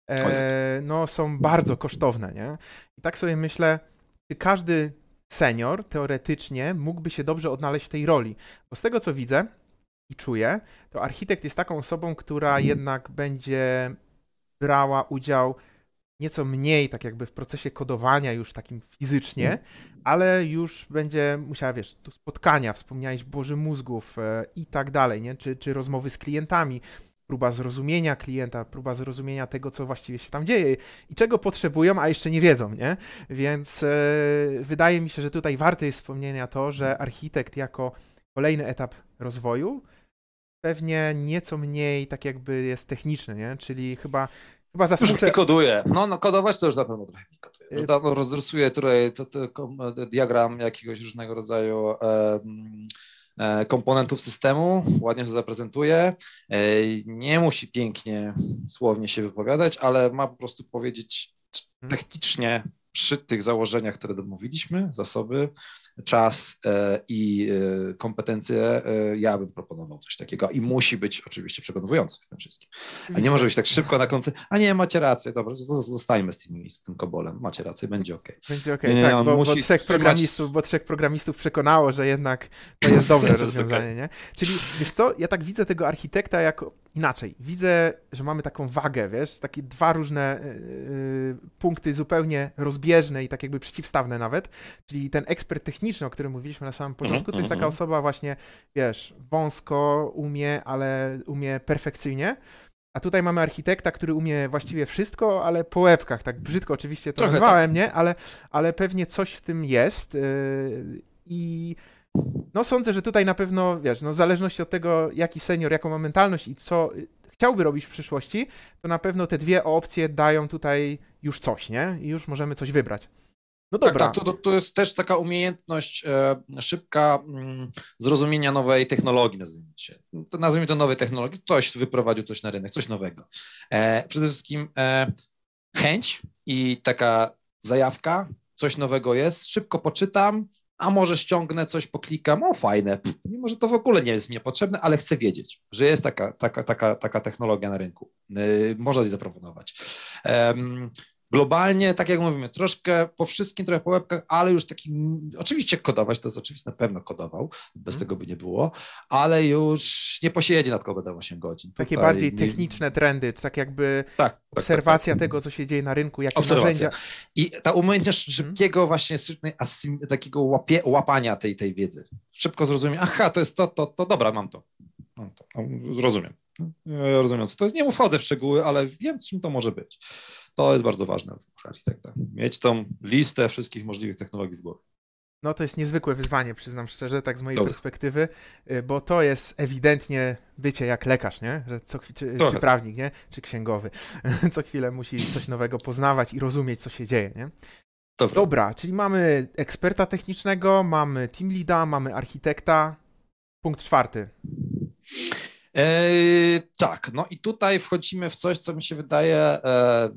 Speaker 1: e, no, są bardzo kosztowne, nie? I tak sobie myślę, czy każdy senior teoretycznie mógłby się dobrze odnaleźć w tej roli. Bo z tego, co widzę i czuję, to architekt jest taką osobą, która jednak będzie brała udział nieco mniej tak jakby w procesie kodowania już takim fizycznie, ale już będzie musiała, wiesz, tu spotkania, wspomniałeś Boży mózgów e, i tak dalej, nie? Czy, czy rozmowy z klientami, próba zrozumienia klienta, próba zrozumienia tego, co właściwie się tam dzieje i czego potrzebują, a jeszcze nie wiedzą, nie? Więc e, wydaje mi się, że tutaj warte jest wspomnienia to, że architekt jako kolejny etap rozwoju pewnie nieco mniej tak jakby jest techniczny, nie? Czyli chyba, chyba
Speaker 2: Już
Speaker 1: zasmucę...
Speaker 2: nie koduję. No, no kodować to już na pewno trochę nie koduję. Już dawno rozrysuję tutaj to, to, to, diagram jakiegoś różnego rodzaju e, e, komponentów systemu, ładnie to zaprezentuję. E, nie musi pięknie, słownie się wypowiadać, ale ma po prostu powiedzieć technicznie przy tych założeniach, które domówiliśmy, zasoby, czas e, i e, kompetencje, e, ja bym proponował coś takiego i musi być oczywiście przekonujący w tym wszystkim. A nie może być tak szybko na końcu, a nie, macie rację, dobra, zostańmy z, tymi, z tym kobolem, macie rację, będzie okej.
Speaker 1: Będzie okej, tak, bo, bo, trzech programistów, bo trzech programistów przekonało, że jednak to jest dobre rozwiązanie, nie? Czyli, wiesz co, ja tak widzę tego architekta jako inaczej. Widzę, że mamy taką wagę, wiesz, takie dwa różne yy, punkty zupełnie rozbieżne i tak jakby przeciwstawne nawet, czyli ten ekspert techniczny, o którym mówiliśmy na samym początku, to jest taka osoba właśnie, wiesz, wąsko umie, ale umie perfekcyjnie, a tutaj mamy architekta, który umie właściwie wszystko, ale po łebkach, tak brzydko oczywiście to Trochę nazwałem, tak. nie? Ale, ale pewnie coś w tym jest yy, i no sądzę, że tutaj na pewno, wiesz, no w zależności od tego, jaki senior, jaką ma mentalność i co chciałby robić w przyszłości, to na pewno te dwie opcje dają tutaj już coś, nie? I już możemy coś wybrać. No dobra.
Speaker 2: Tak, tak, to, to jest też taka umiejętność e, szybka mm, zrozumienia nowej technologii, nazwijmy się. To, nazwijmy to nowej technologii, ktoś wyprowadził coś na rynek, coś nowego. E, przede wszystkim e, chęć i taka zajawka, coś nowego jest, szybko poczytam, a może ściągnę coś, poklikam, o fajne, pff, mimo że to w ogóle nie jest mi potrzebne, ale chcę wiedzieć, że jest taka, taka, taka, taka technologia na rynku. Yy, można jej zaproponować. Um, globalnie, tak jak mówimy, troszkę po wszystkim, trochę po łebkach, ale już taki, oczywiście kodować, to jest oczywiste, na pewno kodował, bez hmm. tego by nie było, ale już nie posiedzie nad kodem osiem godzin.
Speaker 1: Takie
Speaker 2: Tutaj
Speaker 1: bardziej
Speaker 2: nie...
Speaker 1: techniczne trendy, tak jakby
Speaker 2: tak,
Speaker 1: obserwacja
Speaker 2: tak, tak, tak.
Speaker 1: tego, co się dzieje na rynku, jakie
Speaker 2: Obserwacja.
Speaker 1: narzędzia.
Speaker 2: I ta umiejętność szybkiego właśnie asym, takiego łapie, łapania tej, tej wiedzy. Szybko zrozumiem, aha, to jest to, to, to, dobra, mam to. Mam to. Zrozumiem. Ja rozumiem, co to jest. Nie wchodzę w szczegóły, ale wiem, czym to może być. To jest bardzo ważne w architekta. Mieć tą listę wszystkich możliwych technologii w głowie.
Speaker 1: No to jest niezwykłe wyzwanie, przyznam szczerze, tak z mojej
Speaker 2: Dobra.
Speaker 1: perspektywy, bo to jest ewidentnie bycie jak lekarz, nie? Że co, czy, czy prawnik, nie? Czy księgowy. Co chwilę musi coś nowego poznawać i rozumieć, co się dzieje, nie?
Speaker 2: Dobra.
Speaker 1: Dobra, czyli mamy eksperta technicznego, mamy team leada, mamy architekta. Punkt czwarty.
Speaker 2: Eee, tak, no i tutaj wchodzimy w coś, co mi się wydaje... E,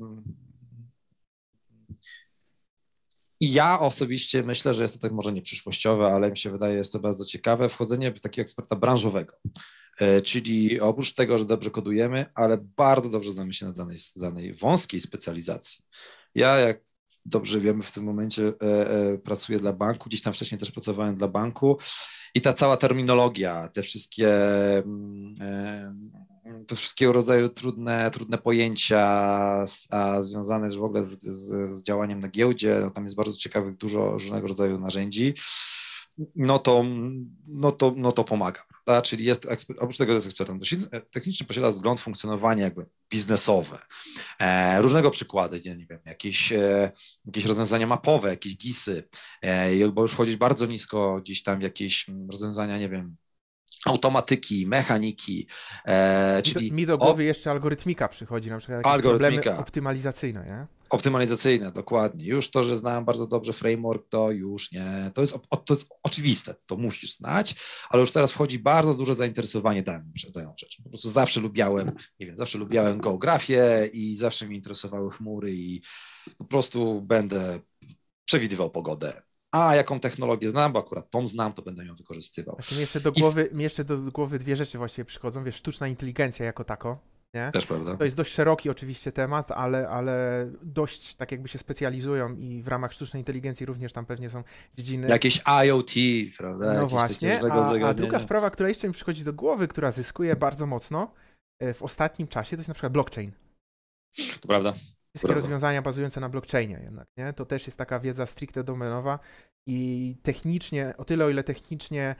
Speaker 2: I ja osobiście myślę, że jest to tak może nie przyszłościowe, ale mi się wydaje, jest to bardzo ciekawe, wchodzenie w takiego eksperta branżowego, e, czyli oprócz tego, że dobrze kodujemy, ale bardzo dobrze znamy się na danej, danej wąskiej specjalizacji. Ja, jak dobrze wiemy, w tym momencie e, e, pracuję dla banku, gdzieś tam wcześniej też pracowałem dla banku i ta cała terminologia, te wszystkie e, to wszystkiego rodzaju trudne, trudne pojęcia a związane w ogóle z, z, z działaniem na giełdzie, no tam jest bardzo ciekawych, dużo różnego rodzaju narzędzi, no to, no to, no to pomaga, prawda? Czyli jest, oprócz tego, że jest ekspertem technicznym, posiada wzgląd funkcjonowania jakby biznesowe, e, różnego przykłady, nie, nie wiem, jakieś, e, jakieś rozwiązania mapowe, jakieś gisy, e, bo już wchodzić bardzo nisko gdzieś tam w jakieś rozwiązania, nie wiem, automatyki, mechaniki, e,
Speaker 1: Mi do,
Speaker 2: czyli
Speaker 1: mi do głowy o, jeszcze algorytmika przychodzi, na przykład jakieś
Speaker 2: algorytmika.
Speaker 1: problemy optymalizacyjne, nie?
Speaker 2: Optymalizacyjne, dokładnie. Już to, że znałem bardzo dobrze framework, to już nie. To jest, to jest oczywiste, to musisz znać, ale już teraz wchodzi bardzo duże zainteresowanie daną rzeczą. Po prostu zawsze lubiałem, nie wiem, zawsze lubiałem geografię i zawsze mnie interesowały chmury i po prostu będę przewidywał pogodę. A jaką technologię znam, bo akurat tą znam, to będę ją wykorzystywał.
Speaker 1: Właśnie mi jeszcze do głowy, w... mi jeszcze do głowy dwie rzeczy właściwie przychodzą. Wiesz, sztuczna inteligencja jako tako. Nie?
Speaker 2: Też prawda.
Speaker 1: To jest dość szeroki oczywiście temat, ale, ale dość tak jakby się specjalizują i w ramach sztucznej inteligencji również tam pewnie są dziedziny.
Speaker 2: Jakieś IoT, prawda?
Speaker 1: No
Speaker 2: Jakieś
Speaker 1: właśnie, a, a druga sprawa, która jeszcze mi przychodzi do głowy, która zyskuje bardzo mocno w ostatnim czasie, to jest na przykład blockchain.
Speaker 2: To prawda.
Speaker 1: Wszystkie
Speaker 2: Prawda.
Speaker 1: rozwiązania bazujące na blockchainie jednak, nie? To też jest taka wiedza stricte domenowa i technicznie, o tyle o ile technicznie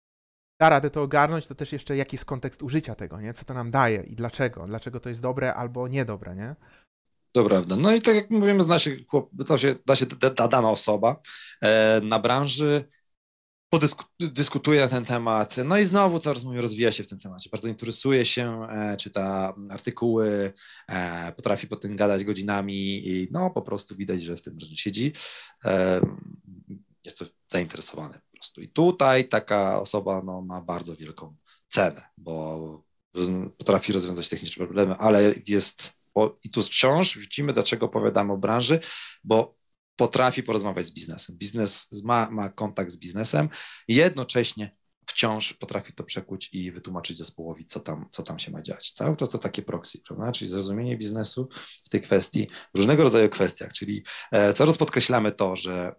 Speaker 1: da radę to ogarnąć, to też jeszcze jaki jest kontekst użycia tego, nie? Co to nam daje i dlaczego, dlaczego to jest dobre albo niedobre, nie?
Speaker 2: To prawda. No i tak jak mówimy, zna się, to się, da się da, dana osoba e, na branży podyskutuje na ten temat, no i znowu coraz mówię, rozwija się w tym temacie, bardzo interesuje się, e, czyta artykuły, e, potrafi po tym gadać godzinami i no po prostu widać, że w tym siedzi, e, jest to zainteresowany po prostu. I tutaj taka osoba no, ma bardzo wielką cenę, bo potrafi rozwiązać techniczne problemy, ale jest, bo, i tu wciąż widzimy, dlaczego opowiadamy o branży, bo potrafi porozmawiać z biznesem. Biznes ma, ma kontakt z biznesem i jednocześnie wciąż potrafi to przekuć i wytłumaczyć zespołowi, co tam, co tam się ma dziać. Cały czas to takie proxy, prawda? Czyli zrozumienie biznesu w tej kwestii, w różnego rodzaju kwestiach, czyli e, coraz podkreślamy to, że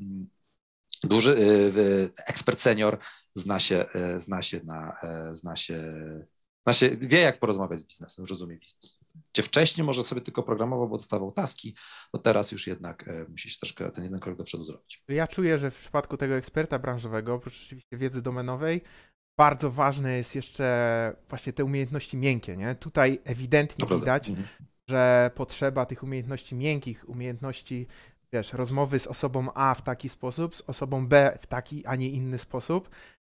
Speaker 2: duży e, ekspert senior zna się, e, zna się na, e, zna się, zna się, wie jak porozmawiać z biznesem, rozumie biznes. Gdzie wcześniej może sobie tylko programował, bo dostawał taski, to teraz już jednak e, musi się troszkę ten jeden krok do przodu zrobić.
Speaker 1: Ja czuję, że w przypadku tego eksperta branżowego, oprócz oczywiście wiedzy domenowej, bardzo ważne jest jeszcze właśnie te umiejętności miękkie, nie? Tutaj ewidentnie
Speaker 2: Dobra,
Speaker 1: widać,
Speaker 2: mhm.
Speaker 1: że potrzeba tych umiejętności miękkich, umiejętności, wiesz, rozmowy z osobą A w taki sposób, z osobą B w taki, a nie inny sposób,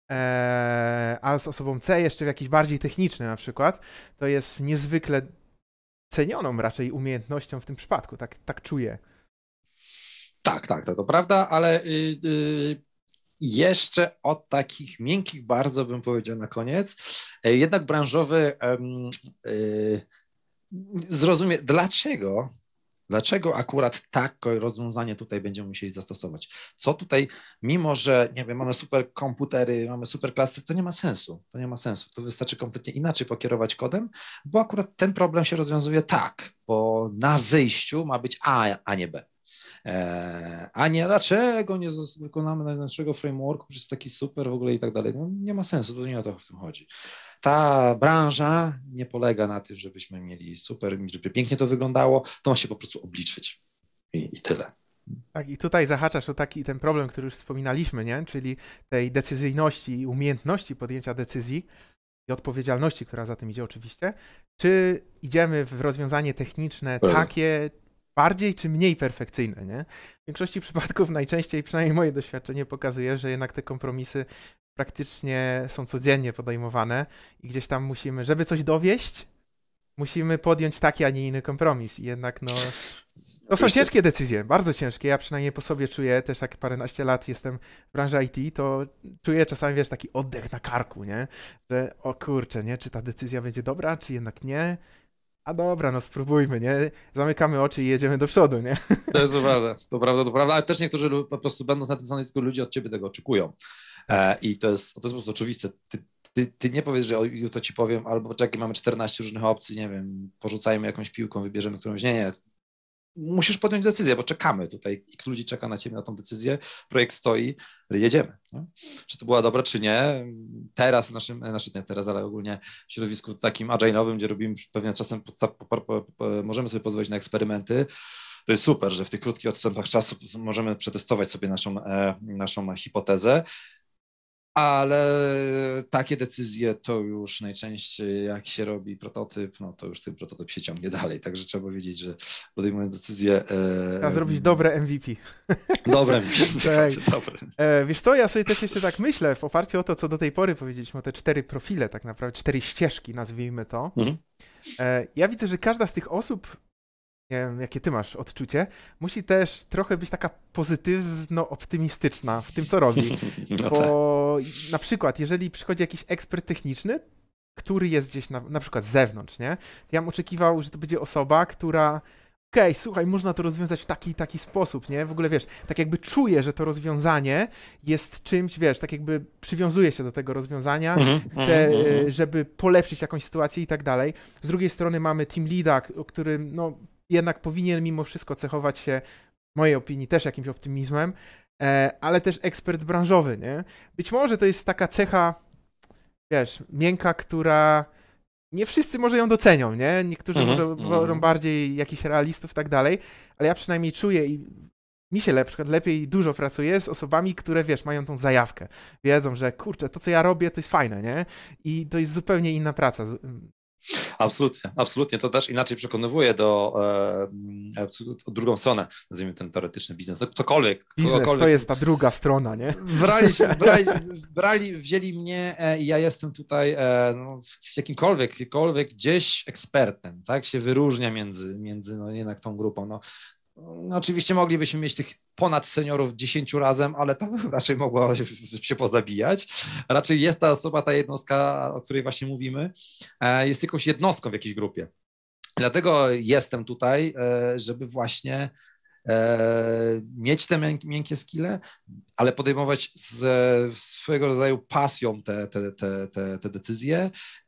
Speaker 1: eee, a z osobą C jeszcze w jakiś bardziej techniczny na przykład, to jest niezwykle cenioną raczej umiejętnością w tym przypadku, tak, tak czuję.
Speaker 2: Tak, tak, to, to prawda, ale yy, yy, jeszcze o takich miękkich bardzo bym powiedział na koniec. Yy, jednak branżowy yy, zrozumie, dlaczego Dlaczego akurat takie rozwiązanie tutaj będziemy musieli zastosować? Co tutaj, mimo że, nie wiem, mamy super komputery, mamy super klasy, to nie ma sensu. To nie ma sensu. To wystarczy kompletnie inaczej pokierować kodem, bo akurat ten problem się rozwiązuje tak, bo na wyjściu ma być A, a nie B. Eee, a nie dlaczego nie wykonamy naszego frameworku, że jest taki super w ogóle i tak dalej. No, nie ma sensu, to nie o to w tym chodzi. Ta branża nie polega na tym, żebyśmy mieli super, żeby pięknie to wyglądało, to ma się po prostu obliczyć i, i tyle.
Speaker 1: Tak, i tutaj zahaczasz o taki ten problem, który już wspominaliśmy, nie? Czyli tej decyzyjności i umiejętności podjęcia decyzji i odpowiedzialności, która za tym idzie oczywiście. Czy idziemy w rozwiązanie techniczne
Speaker 2: Prawda.
Speaker 1: takie bardziej czy mniej perfekcyjne, nie? W większości przypadków najczęściej, przynajmniej moje doświadczenie pokazuje, że jednak te kompromisy praktycznie są codziennie podejmowane i gdzieś tam musimy, żeby coś dowieść, musimy podjąć taki, a nie inny kompromis i jednak no... To są ciężkie decyzje, bardzo ciężkie. Ja przynajmniej po sobie czuję, też jak paręnaście lat jestem w branży I T, to czuję czasami, wiesz, taki oddech na karku, nie? Że o kurczę, nie? Czy ta decyzja będzie dobra, czy jednak nie? A dobra, no spróbujmy, nie? Zamykamy oczy i jedziemy do przodu, nie?
Speaker 2: To jest to prawda, to prawda, to prawda, ale też niektórzy po prostu będąc na tym stanowisku ludzie od ciebie tego oczekują. E, I to jest, to jest po prostu oczywiste. Ty, ty, ty nie powiesz, że o, to ci powiem, albo czekaj, mamy czternaście różnych opcji, nie wiem, porzucajmy jakąś piłką, wybierzemy którąś. Nie, nie. Musisz podjąć decyzję, bo czekamy tutaj. X ludzi czeka na ciebie na tą decyzję, projekt stoi, jedziemy. Nie? Czy to była dobra, czy nie? Teraz w naszym, znaczy nie teraz, ale ogólnie w środowisku takim agile'owym, gdzie robimy pewnie czasem, podstaw, po, po, po, po, możemy sobie pozwolić na eksperymenty. To jest super, że w tych krótkich odstępach czasu możemy przetestować sobie naszą, e, naszą hipotezę. Ale takie decyzje to już najczęściej jak się robi prototyp, no to już ten prototyp się ciągnie dalej, także trzeba wiedzieć, że podejmując decyzję...
Speaker 1: Trzeba e, zrobić dobre M V P.
Speaker 2: Dobre M V P, dobre.
Speaker 1: E, wiesz co, ja sobie też jeszcze tak myślę, w oparciu o to, co do tej pory powiedzieliśmy, o te cztery profile, tak naprawdę, cztery ścieżki, nazwijmy to. Mhm. E, ja widzę, że każda z tych osób, nie wiem, jakie ty masz odczucie, musi też trochę być taka pozytywno-optymistyczna w tym, co robi. No bo tak. Na przykład, jeżeli przychodzi jakiś ekspert techniczny, który jest gdzieś na, na przykład z zewnątrz, nie? To ja bym oczekiwał, że to będzie osoba, która okej, okay, słuchaj, można to rozwiązać w taki taki sposób, nie? W ogóle, wiesz, tak jakby czuje, że to rozwiązanie jest czymś, wiesz, tak jakby przywiązuje się do tego rozwiązania, mm-hmm, chce, mm-hmm. żeby polepszyć jakąś sytuację i tak dalej. Z drugiej strony mamy team leada, o którym, no, jednak powinien mimo wszystko cechować się, w mojej opinii, też jakimś optymizmem, ale też ekspert branżowy, nie? Być może to jest taka cecha, wiesz, miękka, która nie wszyscy może ją docenią, nie? Niektórzy mm-hmm, może wolą mm-hmm. bardziej jakichś realistów i tak dalej, ale ja przynajmniej czuję i mi się na przykład lepiej dużo pracuje z osobami, które, wiesz, mają tą zajawkę. Wiedzą, że kurczę, to co ja robię, to jest fajne, nie? I to jest zupełnie inna praca.
Speaker 2: Absolutnie, absolutnie. To też inaczej przekonywuje do e, e, drugą stronę, nazwijmy ten teoretyczny biznes. To ktokolwiek.
Speaker 1: Biznes to jest ta druga strona, nie?
Speaker 2: Brali, brali, brali wzięli mnie e, i ja jestem tutaj e, no, w jakimkolwiek, jakimkolwiek gdzieś ekspertem, tak? Się wyróżnia między, między no, jednak tą grupą. No, no, oczywiście moglibyśmy mieć tych ponad seniorów dziesięciu razem, ale to raczej mogło się, się pozabijać. Raczej jest ta osoba, ta jednostka, o której właśnie mówimy, jest jakąś jednostką w jakiejś grupie. Dlatego jestem tutaj, żeby właśnie mieć te miękkie skille, ale podejmować z swojego rodzaju pasją te, te, te, te, te decyzje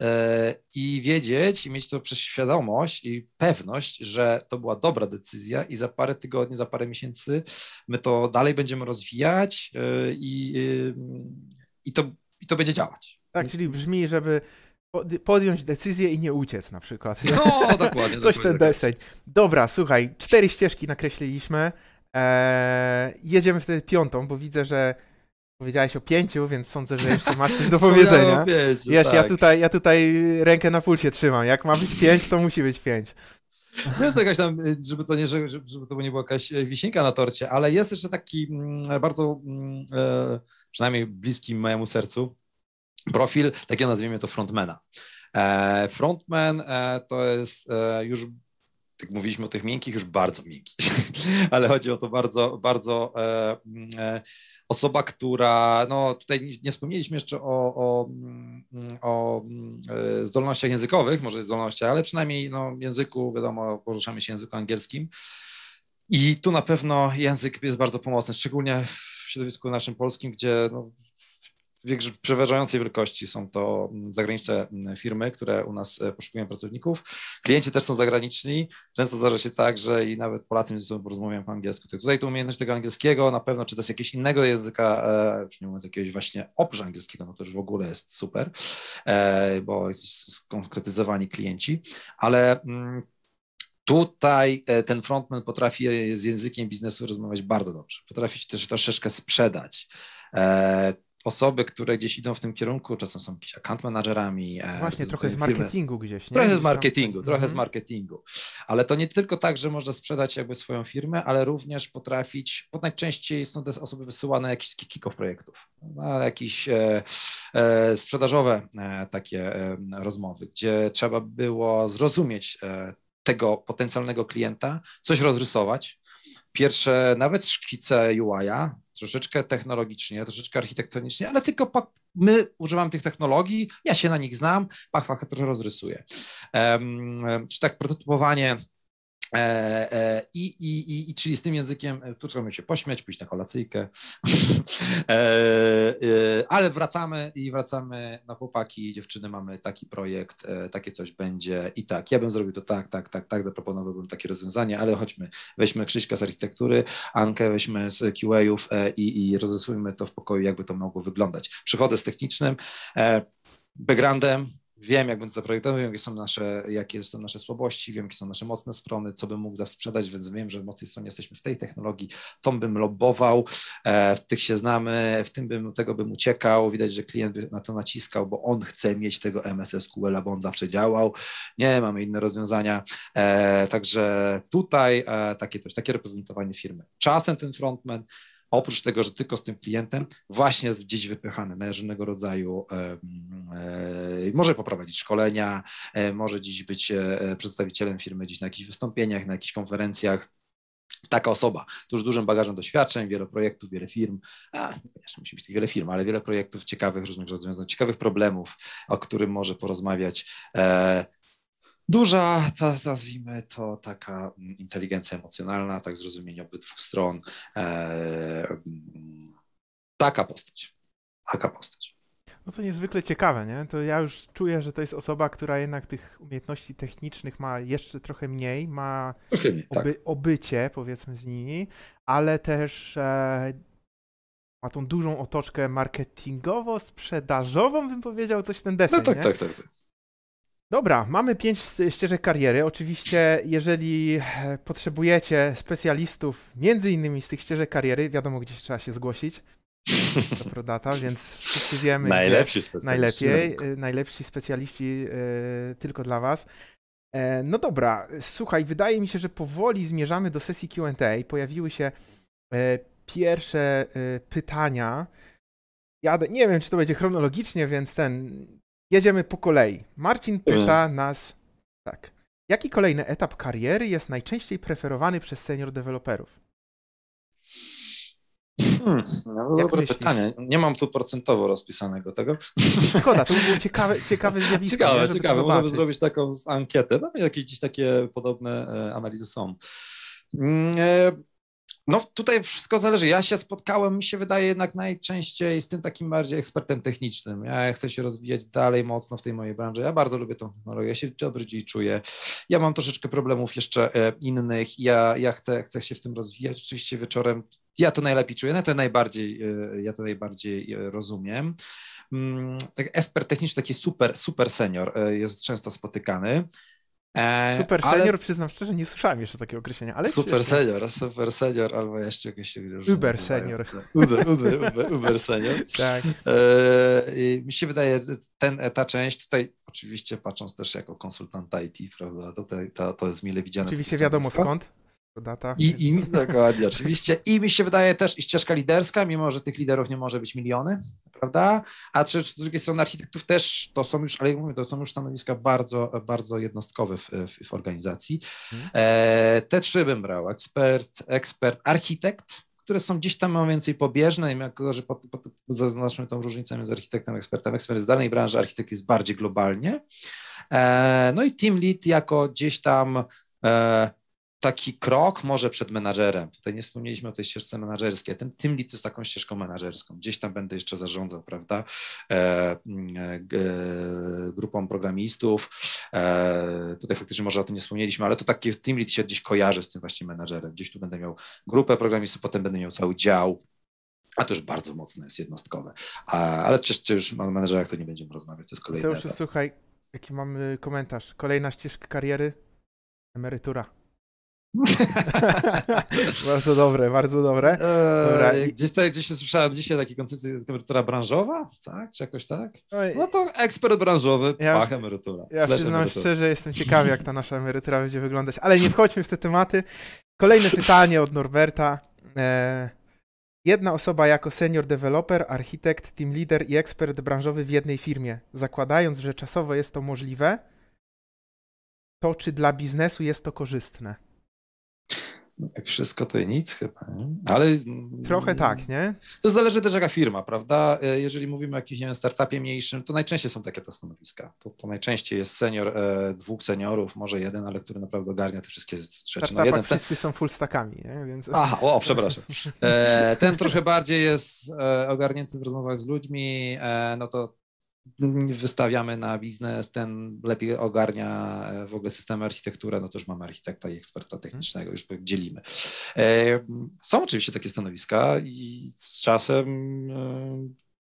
Speaker 2: i wiedzieć i mieć to przez świadomość i pewność, że to była dobra decyzja i za parę tygodni, za parę miesięcy my to dalej będziemy rozwijać i, i, to, i to będzie działać.
Speaker 1: Tak, czyli brzmi, żeby podjąć decyzję i nie uciec na przykład.
Speaker 2: No, dokładnie.
Speaker 1: Coś ten deseń. Dobra, słuchaj, cztery ścieżki nakreśliliśmy. Eee, jedziemy wtedy piątą, bo widzę, że powiedziałeś o pięciu, więc sądzę, że jeszcze masz coś do powiedzenia. O pięciu, Wiesz, tak. ja, tutaj, ja tutaj rękę na pulsie trzymam. Jak ma być pięć, to musi być pięć.
Speaker 2: Jest jakaś tam, żeby to nie, żeby, żeby to nie była jakaś wisienka na torcie, ale jest jeszcze taki bardzo, przynajmniej bliski mojemu sercu, profil, takiego nazwijmy to frontmana. Frontman to jest już, jak mówiliśmy o tych miękkich, już bardzo miękki, ale chodzi o to bardzo, bardzo osoba, która, no tutaj nie wspomnieliśmy jeszcze o, o, o zdolnościach językowych, może zdolnościach, ale przynajmniej no, języku, wiadomo, poruszamy się języku angielskim i tu na pewno język jest bardzo pomocny, szczególnie w środowisku naszym polskim, gdzie no, w przeważającej wielkości są to zagraniczne firmy, które u nas poszukują pracowników. Klienci też są zagraniczni. Często zdarza się tak, że i nawet Polacy między sobą porozmawiają po angielsku. Tutaj to umiejętność tego angielskiego na pewno, czy też jakiegoś innego języka, już nie mówiąc jakiegoś właśnie oprócz angielskiego, no to już w ogóle jest super, bo jest skonkretyzowani klienci, ale tutaj ten frontman potrafi z językiem biznesu rozmawiać bardzo dobrze. Potrafi się też troszeczkę sprzedać. Osoby, które gdzieś idą w tym kierunku, czasem są jakimiś account managerami.
Speaker 1: Właśnie, trochę z marketingu firmy. Gdzieś, nie?
Speaker 2: Trochę z marketingu, tam... trochę mm-hmm. z marketingu. Ale to nie tylko tak, że można sprzedać jakby swoją firmę, ale również potrafić, bo najczęściej są te osoby wysyłane jakichś kick-off projektów, na jakieś e, e, sprzedażowe e, takie e, rozmowy, gdzie trzeba było zrozumieć e, tego potencjalnego klienta, coś rozrysować, pierwsze nawet szkice U I-a, troszeczkę technologicznie, troszeczkę architektonicznie, ale tylko pak, my używamy tych technologii, ja się na nich znam, pach, pach, trochę rozrysuję. Um, czy tak prototypowanie E, e, i, i, i czyli z tym językiem tu trzeba się pośmiać, pójść na kolacyjkę, e, e, ale wracamy i wracamy na chłopaki i dziewczyny, mamy taki projekt, e, takie coś będzie i tak, ja bym zrobił to tak, tak, tak, tak, zaproponowałbym takie rozwiązanie, ale chodźmy, weźmy Krzyśka z architektury, Ankę weźmy z Q A-ów e, i, i rozrysujmy to w pokoju, jakby to mogło wyglądać. Przychodzę z technicznym e, backgroundem, wiem, jak będę zaprojektował, wiem, jakie są nasze, jakie są nasze słabości, wiem, jakie są nasze mocne strony, co bym mógł sprzedać, więc wiem, że w mocnej stronie jesteśmy w tej technologii, tą bym lobbował, w tych się znamy, w tym bym, tego bym uciekał, widać, że klient by na to naciskał, bo on chce mieć tego M S S Q L-a, bo on zawsze działał, nie, mamy inne rozwiązania, także tutaj takie coś, takie reprezentowanie firmy. Czasem ten frontman, oprócz tego, że tylko z tym klientem, właśnie jest gdzieś wypychany na różnego rodzaju, e, e, może poprowadzić szkolenia, e, może dziś być e, przedstawicielem firmy gdzieś na jakichś wystąpieniach, na jakichś konferencjach. Taka osoba, tu już dużym bagażem doświadczeń, wiele projektów, wiele firm, a nie musi być tych wiele firm, ale wiele projektów ciekawych, różnych rozwiązań, ciekawych problemów, o którym może porozmawiać. E, Duża, ta, nazwijmy to taka inteligencja emocjonalna, tak zrozumienie obydwu stron. E, taka postać, taka postać.
Speaker 1: No to niezwykle ciekawe, nie? To ja już czuję, że to jest osoba, która jednak tych umiejętności technicznych ma jeszcze trochę mniej, ma
Speaker 2: Mniej,
Speaker 1: oby,
Speaker 2: tak.
Speaker 1: obycie, powiedzmy, z nimi, ale też e, ma tą dużą otoczkę marketingowo-sprzedażową, bym powiedział, coś w ten deseń,
Speaker 2: No tak,
Speaker 1: nie?
Speaker 2: tak, tak, tak.
Speaker 1: Dobra, mamy pięć ścieżek kariery. Oczywiście, jeżeli potrzebujecie specjalistów między innymi z tych ścieżek kariery, wiadomo, gdzie trzeba się zgłosić do Prodata, więc wszyscy wiemy,
Speaker 2: najlepsi
Speaker 1: gdzie
Speaker 2: specjaliści
Speaker 1: najlepiej, najlepsi specjaliści y, tylko dla was. E, no dobra, słuchaj, wydaje mi się, że powoli zmierzamy do sesji Q and A. Pojawiły się e, pierwsze e, pytania. Jadę, nie wiem, czy to będzie chronologicznie, więc ten... Jedziemy po kolei. Marcin pyta nas tak. Jaki kolejny etap kariery jest najczęściej preferowany przez senior deweloperów?
Speaker 2: Hmm, no
Speaker 1: Jak
Speaker 2: dobre
Speaker 1: myślisz?
Speaker 2: pytanie. Nie mam tu procentowo rozpisanego tego.
Speaker 1: Szkoda, to by było ciekawe, ciekawe zjawisko.
Speaker 2: Ciekawe,
Speaker 1: nie? Żeby
Speaker 2: ciekawe.
Speaker 1: to
Speaker 2: Możemy
Speaker 1: zobaczyć.
Speaker 2: zrobić taką ankietę. No, jakieś takie podobne analizy są. Mm, No tutaj wszystko zależy. Ja się spotkałem, mi się wydaje jednak najczęściej z tym takim bardziej ekspertem technicznym. Ja chcę się rozwijać dalej mocno w tej mojej branży. Ja bardzo lubię tą technologię, ja się dobrze dziś czuję. Ja mam troszeczkę problemów jeszcze innych. Ja, ja chcę, chcę się w tym rozwijać. Oczywiście wieczorem ja to najlepiej czuję, ja to najbardziej, ja to najbardziej rozumiem. Tak ekspert techniczny, taki super, super senior jest często spotykany.
Speaker 1: Super
Speaker 2: ale...
Speaker 1: senior, przyznam szczerze, nie słyszałem jeszcze takiego określenia, ale
Speaker 2: super
Speaker 1: śmiesznie.
Speaker 2: senior, super senior, albo jeszcze jakieś
Speaker 1: Uber senior.
Speaker 2: Uber, Uber, Uber, Uber senior.
Speaker 1: Tak.
Speaker 2: E, mi się wydaje, ten, ta część tutaj, oczywiście patrząc też jako konsultant I T, prawda, tutaj to, to jest mile widziane.
Speaker 1: Oczywiście wiadomo skąd. Data.
Speaker 2: I, i dokładnie, oczywiście. I mi się wydaje też i ścieżka liderska, mimo że tych liderów nie może być miliony, prawda? A z drugiej strony architektów też to są już, ale jak mówię, to są już stanowiska bardzo, bardzo jednostkowe w, w, w organizacji. Hmm. E, te trzy bym brał, ekspert, ekspert, architekt, które są gdzieś tam mniej więcej pobieżne i jako, że po, po, zaznaczmy tą różnicę między architektem a ekspertem. Ekspert jest z danej branży, architekt jest bardziej globalnie. E, no i team lead jako gdzieś tam e, taki krok może przed menadżerem. Tutaj nie wspomnieliśmy o tej ścieżce menadżerskiej. Ten team lead jest taką ścieżką menadżerską. Gdzieś tam będę jeszcze zarządzał, prawda, e, e, grupą programistów. E, tutaj faktycznie może o tym nie wspomnieliśmy, ale to taki team lead się gdzieś kojarzy z tym właśnie menadżerem. Gdzieś tu będę miał grupę programistów, potem będę miał cały dział, a to już bardzo mocno jest jednostkowe. A, ale czy już o menadżerach to nie będziemy rozmawiać, to jest kolejny
Speaker 1: To już jest, słuchaj, jaki mamy komentarz. Kolejna ścieżka kariery, emerytura. Bardzo dobre, bardzo dobre. Dobra.
Speaker 2: Eee, gdzieś, tak, gdzieś słyszałem dzisiaj takiej koncepcji emerytura branżowa, tak? Czy jakoś tak? No to ekspert branżowy, ja, pach, emerytura.
Speaker 1: Ja przyznam emerytura. Szczerze, jestem ciekawy, jak ta nasza emerytura będzie wyglądać, ale nie wchodźmy w te tematy. Kolejne pytanie od Norberta. Eee, jedna osoba jako senior developer, architekt, team leader i ekspert branżowy w jednej firmie. Zakładając, że czasowo jest to możliwe, to czy dla biznesu jest to korzystne?
Speaker 2: Jak wszystko, to i nic chyba, nie? Ale...
Speaker 1: Trochę tak, nie?
Speaker 2: To zależy też jaka firma, prawda? Jeżeli mówimy o jakimś, nie wiem, startupie mniejszym, to najczęściej są takie to stanowiska. To, to najczęściej jest senior, e, dwóch seniorów, może jeden, ale który naprawdę ogarnia te wszystkie rzeczy.
Speaker 1: No, jeden, wszyscy ten... są full stackami, nie? Więc...
Speaker 2: Aha, o, przepraszam. E, ten trochę bardziej jest e, ogarnięty w rozmowach z ludźmi, e, no to wystawiamy na biznes, ten lepiej ogarnia w ogóle systemy architekturę, no to już mamy architekta i eksperta technicznego, już dzielimy. Są oczywiście takie stanowiska i z czasem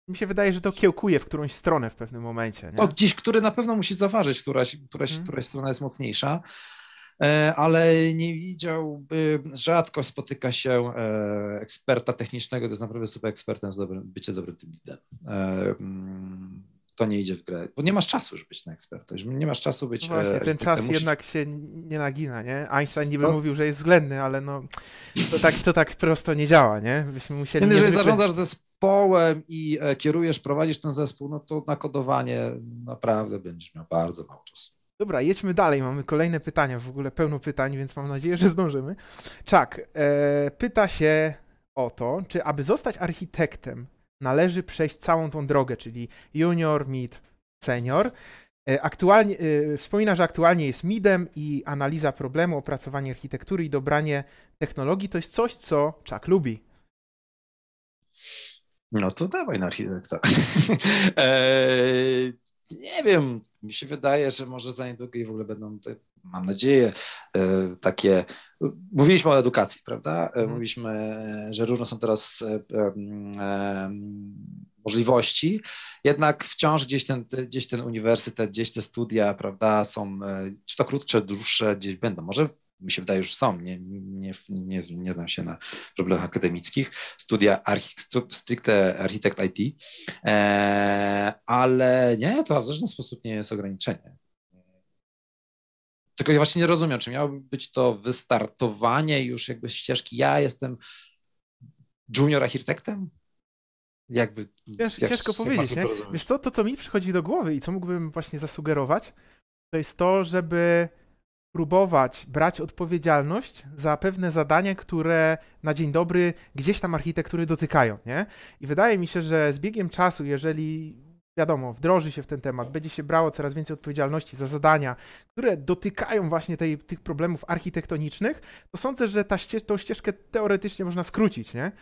Speaker 1: mi się wydaje, że to kiełkuje w którąś stronę w pewnym momencie. Nie?
Speaker 2: To gdzieś, który na pewno musi zaważyć, któraś, któraś,
Speaker 1: Mhm.
Speaker 2: któraś strona jest mocniejsza, e, ale nie widziałby, rzadko spotyka się e, eksperta technicznego, to jest naprawdę super ekspertem z dobrym, bycie dobrym tym lidem. E, mm, to nie idzie w grę, bo nie masz czasu już być na eksperta, już nie masz czasu być
Speaker 1: No
Speaker 2: e,
Speaker 1: właśnie, ten
Speaker 2: architektem,
Speaker 1: czas
Speaker 2: musisz...
Speaker 1: jednak się nie nagina, nie? Einstein niby
Speaker 2: No,
Speaker 1: mówił, że jest względny, ale no to tak, to tak prosto nie działa, nie? Byśmy musieli
Speaker 2: jeżeli
Speaker 1: niezwykle...
Speaker 2: zarządzasz zespołem i e, kierujesz, prowadzisz ten zespół, no to na kodowanie naprawdę będziesz miał bardzo mało czasu.
Speaker 1: Dobra, jedźmy dalej. Mamy kolejne pytania, w ogóle pełno pytań, więc mam nadzieję, że zdążymy. Chuck e, pyta się o to, czy aby zostać architektem należy przejść całą tą drogę, czyli junior, mid, senior. E, aktualnie, e, wspomina, że aktualnie jest midem i analiza problemu, opracowanie architektury i dobranie technologii to jest coś, co Chuck lubi.
Speaker 2: No to dawaj na architekta. eee, nie wiem, mi się wydaje, że może za niedługo i w ogóle będą, te, mam nadzieję, e, takie... Mówiliśmy o edukacji, prawda? E,
Speaker 1: Mhm.
Speaker 2: Mówiliśmy, że różne są teraz e, e, możliwości, jednak wciąż gdzieś ten, gdzieś ten uniwersytet, gdzieś te studia, prawda, są, e, czy to krótsze, dłuższe, gdzieś będą. Może mi się wydaje, że są, nie, nie, nie, nie znam się na problemach akademickich, studia archi, stricte architekt I T, e, ale nie, to w żaden sposób nie jest ograniczenie. Tylko ja właśnie nie rozumiem, czy miałoby być to wystartowanie już jakby ścieżki, ja jestem junior architektem? Jakby,
Speaker 1: Cięż,
Speaker 2: jak,
Speaker 1: ciężko
Speaker 2: jak
Speaker 1: powiedzieć, nie?
Speaker 2: to rozumiesz?
Speaker 1: Wiesz co, to co mi przychodzi do głowy i co mógłbym właśnie zasugerować, to jest to, żeby próbować brać odpowiedzialność za pewne zadania, które na dzień dobry gdzieś tam architektury dotykają, nie? I wydaje mi się, że z biegiem czasu, jeżeli wiadomo, wdroży się w ten temat, będzie się brało coraz więcej odpowiedzialności za zadania, które dotykają właśnie tej, tych problemów architektonicznych, to sądzę, że ta ścież, tą ścieżkę teoretycznie można skrócić, nie?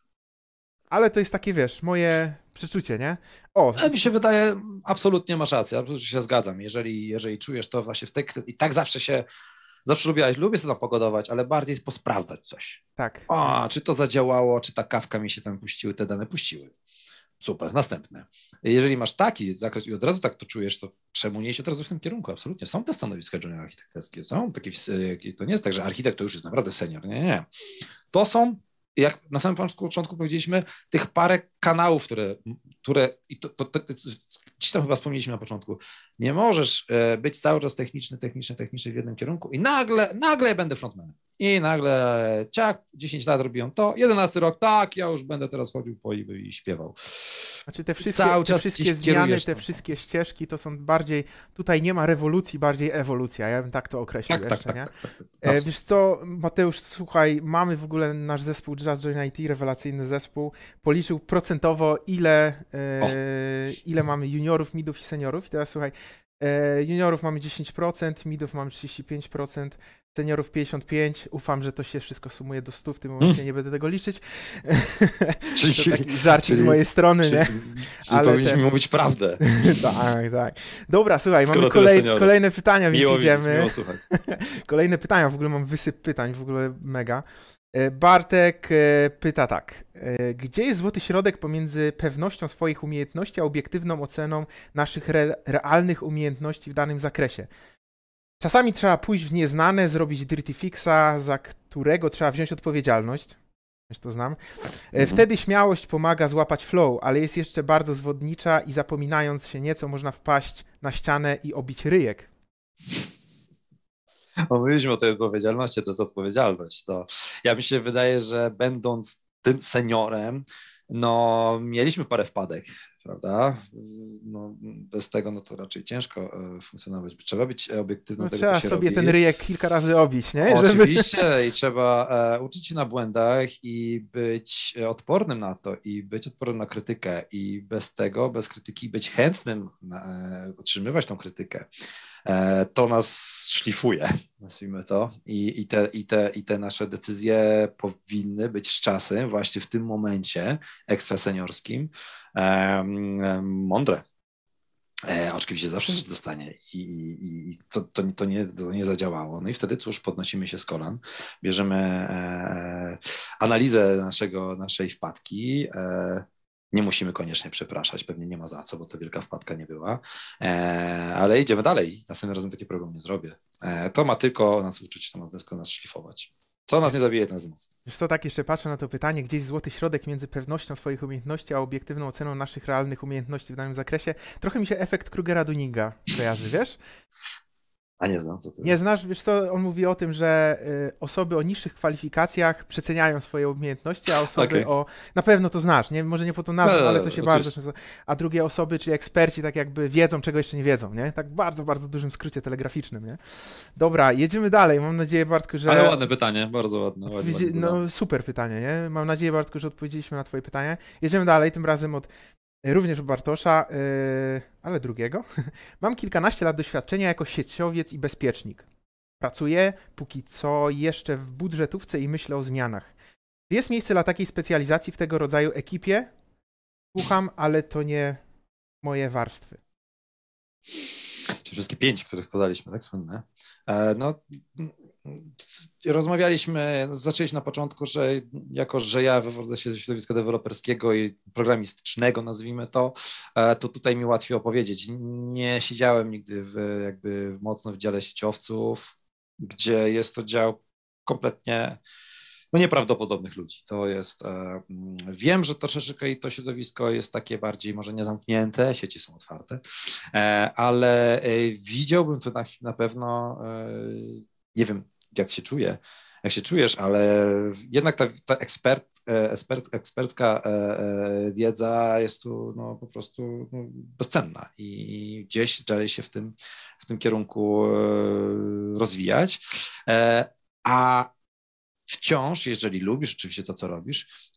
Speaker 1: Ale to jest takie, wiesz, moje przeczucie, nie? O,
Speaker 2: Ale mi się wydaje, absolutnie masz rację, absolutnie się zgadzam. Jeżeli, jeżeli czujesz to właśnie w tej... I tak zawsze się, zawsze lubiłaś, lubię sobie tam pogodować, ale bardziej posprawdzać coś.
Speaker 1: tak.
Speaker 2: A, czy to zadziałało, czy ta kawka mi się tam puściły, te dane puściły. Super, następne. Jeżeli masz taki zakres i od razu tak to czujesz, to czemu nie iść od razu w tym kierunku? Absolutnie. Są te stanowiska junior architektowskie, są takie, to nie jest tak, że architekt to już jest naprawdę senior. Nie, nie. To są, jak na samym początku powiedzieliśmy, tych parę kanałów, które, które i to, to, to, to gdzieś tam chyba wspomnieliśmy na początku, nie możesz być cały czas techniczny, techniczny, techniczny w jednym kierunku i nagle, nagle będę frontmanem. I nagle ciak, dziesięć lat robią to, jedenasty rok, tak, ja już będę teraz chodził po i, i śpiewał.
Speaker 1: Znaczy te wszystkie,
Speaker 2: Cały
Speaker 1: te
Speaker 2: czas
Speaker 1: wszystkie zmiany, te
Speaker 2: tam.
Speaker 1: wszystkie ścieżki to są bardziej, tutaj nie ma rewolucji, bardziej ewolucja, ja bym tak to określił
Speaker 2: Tak,
Speaker 1: jeszcze,
Speaker 2: tak,
Speaker 1: nie?
Speaker 2: tak, tak, tak,
Speaker 1: E,
Speaker 2: tak.
Speaker 1: wiesz co, Mateusz, słuchaj, mamy w ogóle nasz zespół Just Join I T, rewelacyjny zespół, policzył procentowo ile, e, ile mamy juniorów, midów i seniorów i teraz słuchaj, e, juniorów mamy dziesięć procent, midów mamy trzydzieści pięć procent, seniorów pięćdziesiąt pięć procent, ufam, że to się wszystko sumuje do stu, w tym momencie nie będę tego liczyć.
Speaker 2: Czyli,
Speaker 1: to taki żarcik
Speaker 2: czyli,
Speaker 1: z mojej strony,
Speaker 2: czyli,
Speaker 1: nie?
Speaker 2: Czyli
Speaker 1: Ale
Speaker 2: powinniśmy
Speaker 1: ten...
Speaker 2: mówić prawdę.
Speaker 1: tak, tak. Dobra, słuchaj,
Speaker 2: Skoro
Speaker 1: mamy
Speaker 2: tyle
Speaker 1: kolej,
Speaker 2: seniorów.
Speaker 1: kolejne pytania, więc
Speaker 2: Miło
Speaker 1: idziemy.
Speaker 2: widzieć, miło słuchać.
Speaker 1: Kolejne pytania, w ogóle mam wysyp pytań, w ogóle mega. E, Bartek e, pyta tak. E, Gdzie jest złoty środek pomiędzy pewnością swoich umiejętności, a obiektywną oceną naszych re realnych umiejętności w danym zakresie? Czasami trzeba pójść w nieznane, zrobić dirty fixa, za którego trzeba wziąć odpowiedzialność. Też to znam. E, Wtedy śmiałość pomaga złapać flow, ale jest jeszcze bardzo zwodnicza i zapominając się nieco, można wpaść na ścianę i obić ryjek.
Speaker 2: Mówiliśmy o tej odpowiedzialności, to jest odpowiedzialność. To ja mi się wydaje, że będąc tym seniorem, no mieliśmy parę wpadek, prawda? No, bez tego no to raczej ciężko funkcjonować. Trzeba być obiektywnym
Speaker 1: No,
Speaker 2: tego,
Speaker 1: trzeba
Speaker 2: co się
Speaker 1: sobie
Speaker 2: robi.
Speaker 1: ten ryjek kilka razy obić, nie?
Speaker 2: Oczywiście Żeby... i trzeba e, uczyć się na błędach i być odpornym na to i być odpornym na krytykę i bez tego, bez krytyki być chętnym na, e, otrzymywać tą krytykę. E, to nas szlifuje, nazwijmy to i, i, te, i, te, i te nasze decyzje powinny być z czasem właśnie w tym momencie ekstraseniorskim e, mądre. E, oczywiście zawsze się dostanie i, i, i to, to, to, nie, to nie zadziałało. No i wtedy cóż, podnosimy się z kolan, bierzemy e, analizę naszego, naszej wpadki, e, Nie musimy koniecznie przepraszać, pewnie nie ma za co, bo to wielka wpadka nie była, e, ale idziemy dalej. Następnym razem taki program nie zrobię. E, to ma tylko nas uczyć, to ma tylko nas szlifować. Co nas nie zabije, to nas mocno.
Speaker 1: Wiesz co, tak jeszcze patrzę na to pytanie, gdzieś złoty środek między pewnością swoich umiejętności, a obiektywną oceną naszych realnych umiejętności w danym zakresie. Trochę mi się efekt Krugera-Dunninga kojarzy, wiesz?
Speaker 2: A nie znam, co to
Speaker 1: Nie
Speaker 2: jest.
Speaker 1: znasz, wiesz co, on mówi o tym, że y, osoby o niższych kwalifikacjach przeceniają swoje umiejętności, a osoby
Speaker 2: Okej.
Speaker 1: o... Na pewno to znasz, nie? Może nie po to nazwą,
Speaker 2: No,
Speaker 1: ale to się
Speaker 2: oczywiście.
Speaker 1: bardzo często... A drugie osoby, czyli eksperci, tak jakby wiedzą, czego jeszcze nie wiedzą, nie? Tak bardzo, bardzo dużym skrócie telegraficznym, nie? Dobra, jedziemy dalej. Mam nadzieję, Bartku, że...
Speaker 2: Ale ładne pytanie, bardzo ładne. ładnie,
Speaker 1: Odpowiedzi...
Speaker 2: ładnie zadane.
Speaker 1: No super pytanie, nie? Mam nadzieję, Bartku, że odpowiedzieliśmy na twoje pytanie. Jedziemy dalej, tym razem od również od Bartosza, yy, ale drugiego. Mam kilkanaście lat doświadczenia jako sieciowiec i bezpiecznik. Pracuję póki co jeszcze w budżetówce i myślę o zmianach. Czy jest miejsce dla takiej specjalizacji w tego rodzaju ekipie? Słucham, ale to nie moje warstwy.
Speaker 2: Czyli wszystkie pięć, których podaliśmy, tak słynne. E, No, rozmawialiśmy, zaczęliśmy na początku, że jako, że ja wywodzę się ze środowiska deweloperskiego i programistycznego, nazwijmy to, e, to tutaj mi łatwiej opowiedzieć. Nie siedziałem nigdy w, jakby mocno w dziale sieciowców, gdzie jest to dział kompletnie no nieprawdopodobnych ludzi. To jest, e, wiem, że troszeczkę i to środowisko jest takie bardziej może nie zamknięte, sieci są otwarte, e, ale e, widziałbym to na, na pewno, e, nie wiem jak się czuję, jak się czujesz, ale jednak ta, ta ekspert, e, ekspert, ekspercka e, e, wiedza jest tu no, po prostu no, bezcenna i gdzieś dalej się w tym, w tym kierunku e, rozwijać. E, a wciąż, jeżeli lubisz oczywiście to, co robisz,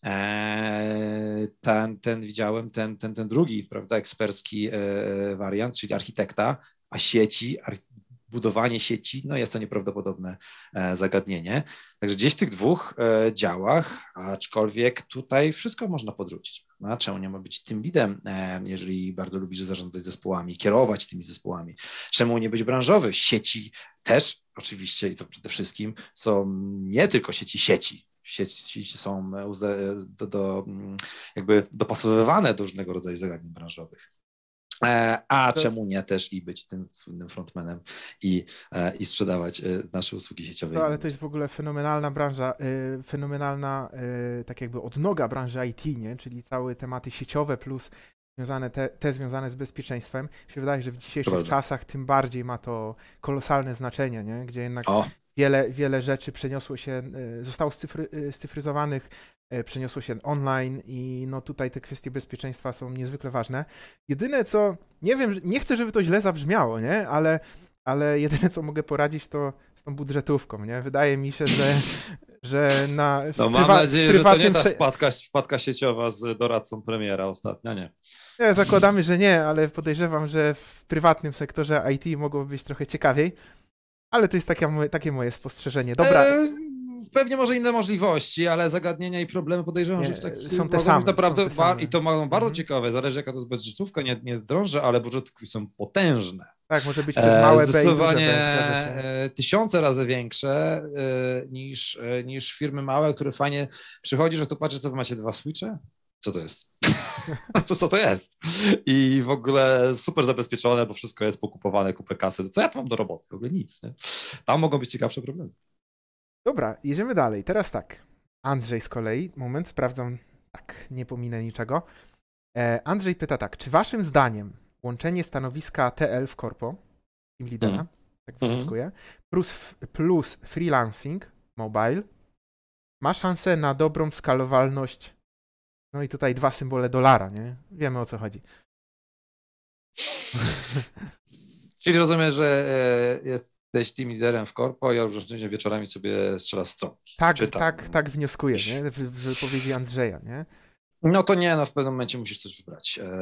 Speaker 2: e, ten, ten widziałem, ten, ten, ten drugi, prawda, ekspercki e, wariant, czyli architekta, a sieci, ar- budowanie sieci, no jest to nieprawdopodobne e, zagadnienie. Także gdzieś w tych dwóch e, działach, aczkolwiek tutaj wszystko można podrzucić. No, czemu nie ma być team leadem, e, jeżeli bardzo lubisz zarządzać zespołami, kierować tymi zespołami? Czemu nie być branżowy? Sieci też oczywiście i to przede wszystkim są nie tylko sieci sieci. Sieci są do, do, jakby dopasowywane do różnego rodzaju zagadnień branżowych. A czemu nie też i być tym słynnym frontmanem i, i sprzedawać nasze usługi sieciowe.
Speaker 1: No, ale to jest w ogóle fenomenalna branża, y, fenomenalna y, tak jakby odnoga branży I T, nie? Czyli całe tematy sieciowe plus związane te, te związane z bezpieczeństwem. Mi się wydaje, że w dzisiejszych
Speaker 2: Prawda.
Speaker 1: czasach tym bardziej ma to kolosalne znaczenie, nie? Gdzie jednak
Speaker 2: O.
Speaker 1: wiele, wiele rzeczy przeniosło się, y, zostało scyfry, y, scyfryzowanych, y, przeniosło się online i no tutaj te kwestie bezpieczeństwa są niezwykle ważne. Jedyne co, nie wiem, nie chcę, żeby to źle zabrzmiało, nie? Ale ale jedyne, co mogę poradzić, to z tą budżetówką, nie? Wydaje mi się, że, że na w
Speaker 2: No mam
Speaker 1: prywa-
Speaker 2: nadzieję,
Speaker 1: w
Speaker 2: że to nie
Speaker 1: prywatnym
Speaker 2: ta
Speaker 1: se-
Speaker 2: wpadka, wpadka sieciowa z doradcą premiera ostatnia, nie.
Speaker 1: nie, zakładamy, że nie, ale podejrzewam, że w prywatnym sektorze I T mogłoby być trochę ciekawiej, ale to jest takie, moje- takie moje spostrzeżenie. Dobra,
Speaker 2: E, pewnie może inne możliwości, ale zagadnienia i problemy podejrzewam,
Speaker 1: Nie,
Speaker 2: że w takich
Speaker 1: są te
Speaker 2: mogą być
Speaker 1: same,
Speaker 2: naprawdę
Speaker 1: są te
Speaker 2: ba-
Speaker 1: same.
Speaker 2: i to mogą bardzo
Speaker 1: Mhm.
Speaker 2: ciekawe, zależy jaka to jest budżetówka, nie, nie drążę, ale budżetówki są potężne.
Speaker 1: tak, może być przez małe B i duże
Speaker 2: Zdecydowanie
Speaker 1: B, zgadza się.
Speaker 2: e, tysiące razy większe e, niż, e, niż firmy małe, które fajnie przychodzi, że tu patrzę, co wy macie dwa switche? Co to jest? To co to jest? I w ogóle super zabezpieczone, bo wszystko jest pokupowane, kupę kasy. To co ja tu mam do roboty? W ogóle nic. Nie? Tam mogą być ciekawsze problemy.
Speaker 1: Dobra, jedziemy dalej. Teraz tak. Andrzej z kolei, moment, sprawdzam, tak, nie pominę niczego. E, Andrzej pyta tak, czy waszym zdaniem łączenie stanowiska T L w korpo, team leadera,
Speaker 2: Mhm.
Speaker 1: tak
Speaker 2: Mhm.
Speaker 1: wnioskuję, plus, plus freelancing, mobile, ma szansę na dobrą skalowalność, no i tutaj dwa symbole dolara, nie? Wiemy o co chodzi.
Speaker 2: Czyli rozumiem, że e, jesteś team liderem w korpo i różnie wieczorami sobie strzela stronki.
Speaker 1: Tak,
Speaker 2: Czytam.
Speaker 1: tak, tak wnioskuję, nie? W, w wypowiedzi Andrzeja, nie?
Speaker 2: No to nie, no w pewnym momencie musisz coś wybrać. Eee,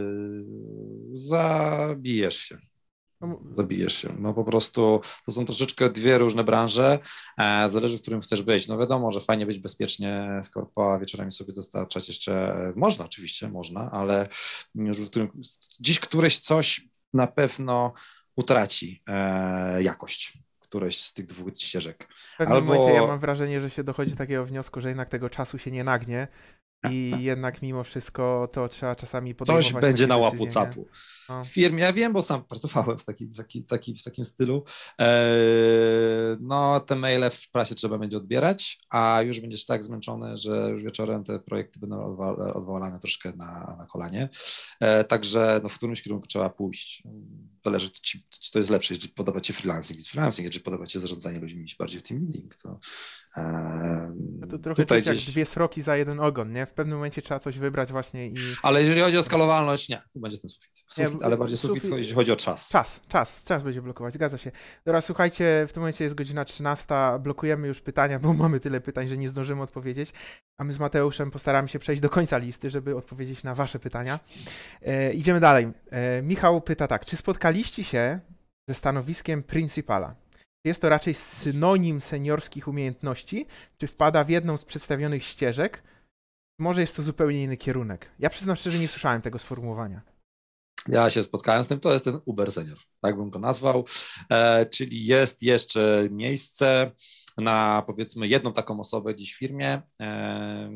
Speaker 2: zabijesz się.
Speaker 1: No,
Speaker 2: Zabijesz się. No po prostu to są troszeczkę dwie różne branże. E, zależy, w którym chcesz być. No wiadomo, że fajnie być bezpiecznie w korpo, a wieczorami sobie dostarczać jeszcze. Można, oczywiście, można, ale już w którym dziś któreś coś na pewno utraci e, jakość. Któreś z tych dwóch ścieżek.
Speaker 1: W pewnym
Speaker 2: Albo-
Speaker 1: momencie ja mam wrażenie, że się dochodzi do takiego wniosku, że jednak tego czasu się nie nagnie, i jednak mimo wszystko to trzeba czasami
Speaker 2: Coś
Speaker 1: podejmować
Speaker 2: będzie
Speaker 1: takie
Speaker 2: na
Speaker 1: decyzje,
Speaker 2: łapu
Speaker 1: nie?
Speaker 2: capu.
Speaker 1: No.
Speaker 2: W firmie, ja wiem, bo sam pracowałem w takim, w takim, w takim, w takim stylu. Eee, no, te maile w prasie trzeba będzie odbierać, a już będziesz tak zmęczony, że już wieczorem te projekty będą odwa- odwołane troszkę na, na kolanie. Eee, także no, w którymś kierunku trzeba pójść. Zależy, czy, czy to jest lepsze, jeżeli podoba Ci freelancing, jest freelancing, jeżeli podoba Ci zarządzanie ludźmi, bardziej w team leading, to eee,
Speaker 1: No to trochę
Speaker 2: tutaj
Speaker 1: czuć jak
Speaker 2: gdzieś...
Speaker 1: dwie sroki za jeden ogon, nie? W pewnym momencie trzeba coś wybrać właśnie i...
Speaker 2: Ale jeżeli chodzi o skalowalność, nie, tu będzie ten sufit.
Speaker 1: Nie,
Speaker 2: Sufit, ale bardziej sufit,
Speaker 1: sufit-
Speaker 2: jeśli chodzi o czas.
Speaker 1: Czas, czas, czas będzie blokować, zgadza się. Dobra, słuchajcie, w tym momencie jest godzina trzynasta, blokujemy już pytania, bo mamy tyle pytań, że nie zdążymy odpowiedzieć, a my z Mateuszem postaramy się przejść do końca listy, żeby odpowiedzieć na wasze pytania. E, idziemy dalej. E, Michał pyta tak, czy spotkaliście się ze stanowiskiem principala? Jest to raczej synonim seniorskich umiejętności, czy wpada w jedną z przedstawionych ścieżek? Może jest to zupełnie inny kierunek. Ja przyznam szczerze, nie słyszałem tego sformułowania.
Speaker 2: Ja się spotkałem z tym, to jest ten Uber Senior, tak bym go nazwał, e, czyli jest jeszcze miejsce na powiedzmy jedną taką osobę gdzieś w firmie, e,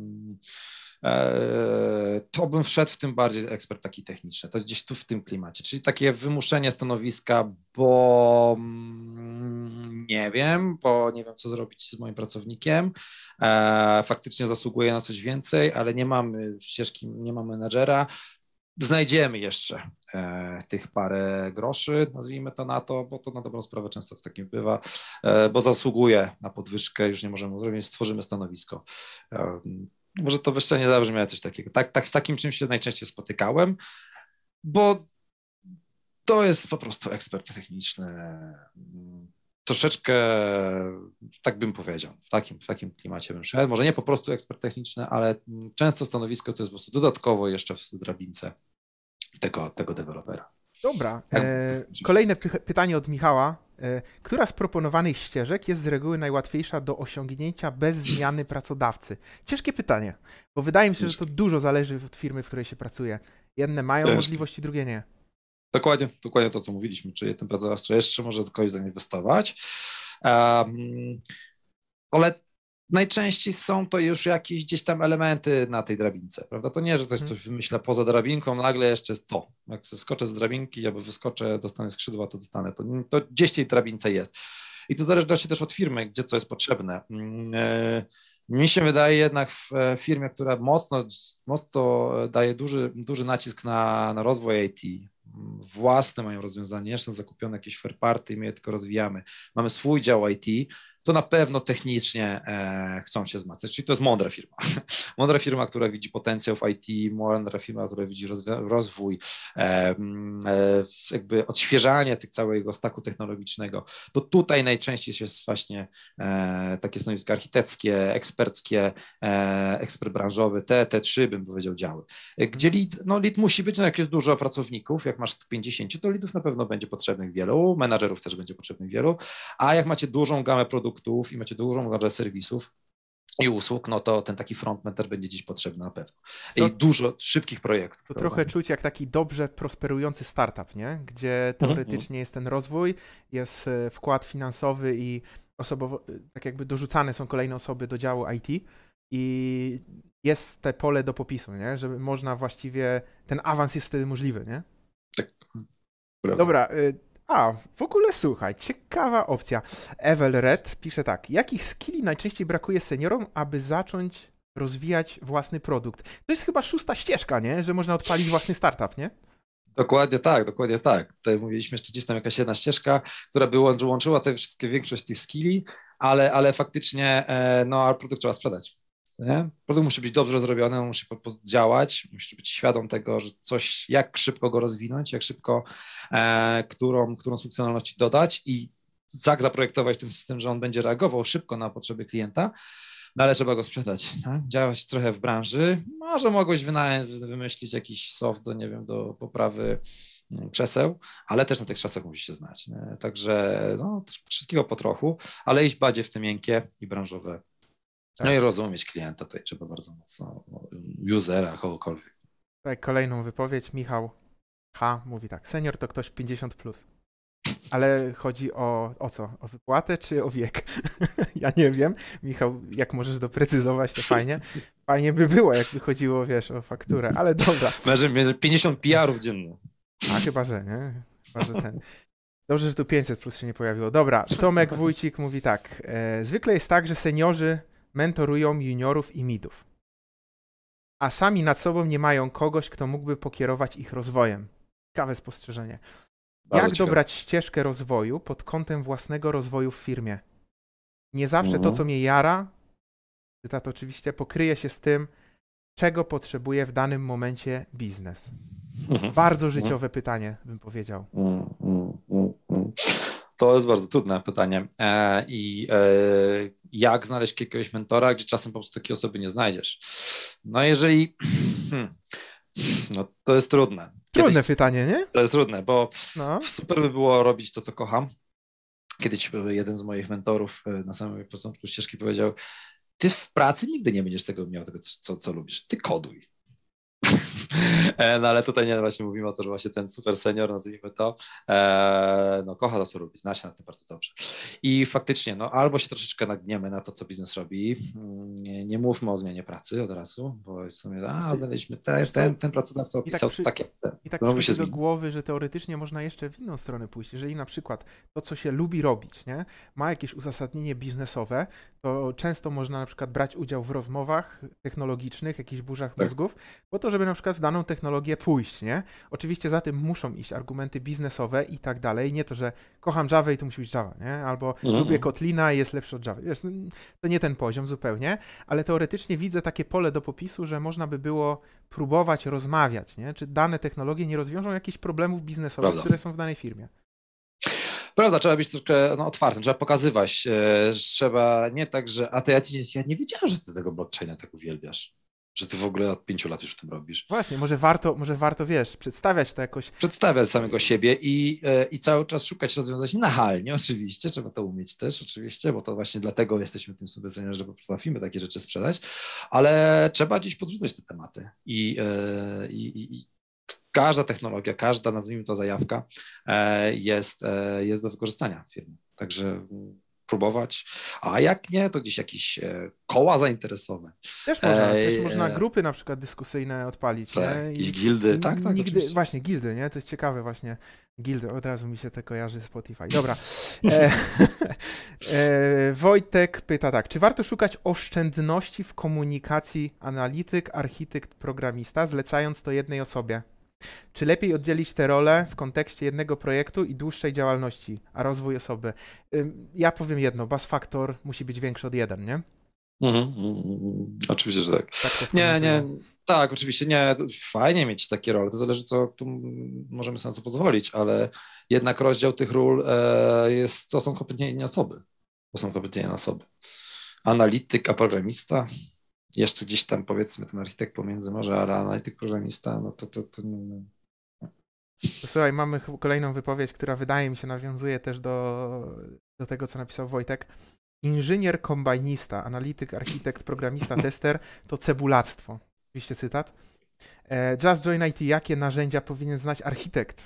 Speaker 2: e, to bym wszedł w tym bardziej ekspert taki techniczny, to jest gdzieś tu w tym klimacie, czyli takie wymuszenie stanowiska, bo mm, nie wiem, bo nie wiem co zrobić z moim pracownikiem, e, faktycznie zasługuje na coś więcej, ale nie mamy ścieżki, nie mamy menedżera, znajdziemy jeszcze e, tych parę groszy, nazwijmy to na to, bo to na dobrą sprawę często w takim bywa, e, bo zasługuje na podwyżkę, już nie możemy zrobić, stworzymy stanowisko. E, może to wyższe nie zabrzmiało coś takiego. Tak, tak, z takim czymś się najczęściej spotykałem, bo to jest po prostu ekspert techniczny. Troszeczkę, tak bym powiedział, w takim, w takim klimacie bym szedł. Może nie po prostu ekspert techniczny, ale często stanowisko to jest po prostu dodatkowo jeszcze w drabince tego, tego dewelopera.
Speaker 1: Dobra.
Speaker 2: Tak,
Speaker 1: E,
Speaker 2: oczywiście.
Speaker 1: kolejne py- pytanie od Michała. E, która z proponowanych ścieżek jest z reguły najłatwiejsza do osiągnięcia bez zmiany pracodawcy? Ciężkie pytanie, bo wydaje mi się, że to dużo zależy od firmy, w której się pracuje. Jedne mają
Speaker 2: Ciężkie.
Speaker 1: możliwości, drugie nie.
Speaker 2: Dokładnie, dokładnie to, co mówiliśmy, czy ten pracodawca jeszcze może kogoś zainwestować. Um, ale najczęściej są to już jakieś gdzieś tam elementy na tej drabince, prawda? To nie, że ktoś
Speaker 1: Mhm.
Speaker 2: coś wymyśla poza drabinką, nagle jeszcze jest to. Jak skoczę z drabinki, albo wyskoczę, dostanę skrzydła, to dostanę. To, to gdzieś w tej drabince jest. I to zależy też od firmy, gdzie co jest potrzebne. Yy, Mi się wydaje jednak w firmie, która mocno, mocno daje duży, duży nacisk na, na rozwój I T, własne mają rozwiązanie, nie są zakupione jakieś third party i my je tylko rozwijamy. Mamy swój dział I T, to na pewno technicznie e, chcą się wzmacniać, czyli to jest mądra firma. Mądra firma, która widzi potencjał w I T, mądra firma, która widzi rozwi- rozwój, e, e, jakby odświeżanie tych całego staku technologicznego. To tutaj najczęściej jest właśnie e, takie stanowiska architektowskie, eksperckie, e, ekspert branżowy, te, te trzy bym powiedział działy. Gdzie lead, no lead musi być, no jak jest dużo pracowników, jak masz sto pięćdziesiąt, to leadów na pewno będzie potrzebnych wielu, menadżerów też będzie potrzebnych wielu, a jak macie dużą gamę produktów i macie dużą gamę serwisów i usług, no to ten taki frontman też będzie dziś potrzebny na pewno.
Speaker 1: To-
Speaker 2: I dużo szybkich projektów.
Speaker 1: To
Speaker 2: prawda?
Speaker 1: trochę czuć jak taki dobrze prosperujący startup, nie? Gdzie teoretycznie jest ten rozwój, jest e, wkład finansowy i osobowo, tak jakby dorzucane są kolejne osoby do działu I T i jest te pole do popisu, nie? Żeby można właściwie, ten awans jest wtedy możliwy, nie?
Speaker 2: Tak. Prawda.
Speaker 1: Dobra, y, a w ogóle słuchaj, ciekawa opcja. Evel Red pisze tak, jakich skilli najczęściej brakuje seniorom, aby zacząć rozwijać własny produkt? To jest chyba szósta ścieżka, nie? Że można odpalić własny startup, nie?
Speaker 2: Dokładnie tak, dokładnie tak. Tutaj mówiliśmy jeszcze gdzieś tam jakaś jedna ścieżka, która by łączy- łączyła te wszystkie, większość tych skilli, ale, ale faktycznie e, no, a produkt trzeba sprzedać. co Nie? Produkt musi być dobrze zrobiony, on musi po- po- działać, musi być świadom tego, że coś, jak szybko go rozwinąć, jak szybko, e, którą, którą z funkcjonalności dodać i tak zaprojektować ten system, że on będzie reagował szybko na potrzeby klienta. No ale trzeba go sprzedać, tak? Działać trochę w branży. Może mogłeś wynająć, wymyślić jakiś soft do, nie wiem, do poprawy krzeseł, ale też na tych krzesełach musi się znać. Nie? Także no, wszystkiego po trochu, ale iść bardziej w te miękkie i branżowe. No
Speaker 1: Tak.
Speaker 2: i rozumieć klienta, tutaj trzeba bardzo mocno, usera, kogokolwiek.
Speaker 1: Tutaj kolejną wypowiedź. Michał H. mówi tak, senior to ktoś pięćdziesiąt plus. Ale chodzi o, o co? O wypłatę czy o wiek? Ja nie wiem. Michał, jak możesz doprecyzować, to fajnie. Fajnie by było, jakby chodziło, wiesz, o fakturę, ale dobra.
Speaker 2: Mierzy pięćdziesiąt P R ów dziennie.
Speaker 1: A chyba, że nie. Chyba, że ten. Dobrze, że tu pięćset plus się nie pojawiło. Dobra, Tomek Wójcik mówi tak. E, zwykle jest tak, że seniorzy mentorują juniorów i midów, a sami nad sobą nie mają kogoś, kto mógłby pokierować ich rozwojem. Ciekawe spostrzeżenie.
Speaker 2: Bardzo
Speaker 1: Jak
Speaker 2: ciekawe.
Speaker 1: dobrać ścieżkę rozwoju pod kątem własnego rozwoju w firmie? Nie zawsze
Speaker 2: Mhm.
Speaker 1: to, co mnie jara, cytat oczywiście, pokryje się z tym, czego potrzebuje w danym momencie biznes.
Speaker 2: Mhm.
Speaker 1: Bardzo życiowe pytanie, bym powiedział.
Speaker 2: Mm, mm, mm, mm. To jest bardzo trudne pytanie. E, I e, jak znaleźć jakiegoś mentora, gdzie czasem po prostu takiej osoby nie znajdziesz? No jeżeli... Hmm, no to jest trudne. Kiedyś,
Speaker 1: Trudne pytanie, nie?
Speaker 2: to jest trudne, bo
Speaker 1: No.
Speaker 2: super by było robić to, co kocham. Kiedyś jeden z moich mentorów na samym początku ścieżki powiedział: ty w pracy nigdy nie będziesz tego miał, tego, co, co lubisz. Ty koduj. No ale tutaj nie właśnie mówimy o to, że właśnie ten super senior, nazwijmy to, e, no kocha to, co robi, zna się na tym bardzo dobrze. I faktycznie, no albo się troszeczkę nagniemy na to, co biznes robi, nie, nie mówmy o zmianie pracy od razu, bo w sumie, a znaleźliśmy te, ten, ten pracodawca opisał
Speaker 1: przy,
Speaker 2: takie,
Speaker 1: I tak
Speaker 2: no,
Speaker 1: przychodzi
Speaker 2: się
Speaker 1: do głowy, że teoretycznie można jeszcze w inną stronę pójść. Jeżeli na przykład to, co się lubi robić, nie, ma jakieś uzasadnienie biznesowe, to często można na przykład brać udział w rozmowach technologicznych, jakichś burzach
Speaker 2: Tak.
Speaker 1: mózgów, po to, żeby na przykład w daną technologię pójść, nie? Oczywiście za tym muszą iść argumenty biznesowe i tak dalej. Nie to, że kocham Java i to musi być Java, nie? Albo
Speaker 2: Mhm.
Speaker 1: lubię Kotlina i jest lepszy od Java. Wiesz, no, to nie ten poziom zupełnie, ale teoretycznie widzę takie pole do popisu, że można by było próbować rozmawiać, nie? Czy dane technologie nie rozwiążą jakichś problemów biznesowych,
Speaker 2: Prawda.
Speaker 1: które są w danej firmie.
Speaker 2: Prawda, trzeba być troszkę no, otwartym, trzeba pokazywać, e, że trzeba nie tak, że a to ja, ci, ja nie wiedziałem, że ty tego blockchaina tak uwielbiasz, że ty w ogóle od pięciu lat już w tym robisz.
Speaker 1: Właśnie, może warto, może warto, wiesz, przedstawiać to jakoś.
Speaker 2: Przedstawiać samego siebie i, e, i cały czas szukać rozwiązań nachalnie, oczywiście, trzeba to umieć też, oczywiście, bo to właśnie dlatego jesteśmy tym sobie senior, że potrafimy takie rzeczy sprzedać, ale trzeba gdzieś podrzucać te tematy i, e, i, i każda technologia, każda, nazwijmy to, zajawka e, jest, e, jest do wykorzystania w firmie. Także próbować, a jak nie, to gdzieś jakieś e, koła zainteresowane.
Speaker 1: Też można,
Speaker 2: Ej,
Speaker 1: też można
Speaker 2: e,
Speaker 1: grupy na przykład dyskusyjne odpalić.
Speaker 2: Tak,
Speaker 1: nie?
Speaker 2: jakieś
Speaker 1: I
Speaker 2: gildy, tak, tak,
Speaker 1: nigdy,
Speaker 2: oczywiście.
Speaker 1: właśnie, gildy, nie? To jest ciekawe właśnie. Gildy, od razu mi się to kojarzy Spotify. Dobra. E, e, Wojtek pyta tak, czy warto szukać oszczędności w komunikacji analityk, architekt, programista, zlecając to jednej osobie? Czy lepiej oddzielić te role w kontekście jednego projektu i dłuższej działalności, a rozwój osoby? Ym, Ja powiem jedno, buzz factor musi być większy od jeden, nie?
Speaker 2: Mhm, mhm, mhm. Oczywiście, że tak.
Speaker 1: Tak to
Speaker 2: Nie, nie,
Speaker 1: skomentuję.
Speaker 2: tak, oczywiście nie. Fajnie mieć takie role, to zależy, co tu m- możemy sobie na co pozwolić, ale jednak rozdział tych ról e, jest, to są kompletnie inne osoby. To są kompletnie inne osoby. Analityk, a programista, jeszcze gdzieś tam powiedzmy ten architekt pomiędzy może, ale analityk, programista, no to, to, to nie,
Speaker 1: To słuchaj, mamy ch- kolejną wypowiedź, która wydaje mi się nawiązuje też do, do tego, co napisał Wojtek. Inżynier kombajnista, analityk, architekt, programista, tester to cebulactwo. Oczywiście cytat. E, Just Join I T, jakie narzędzia powinien znać architekt?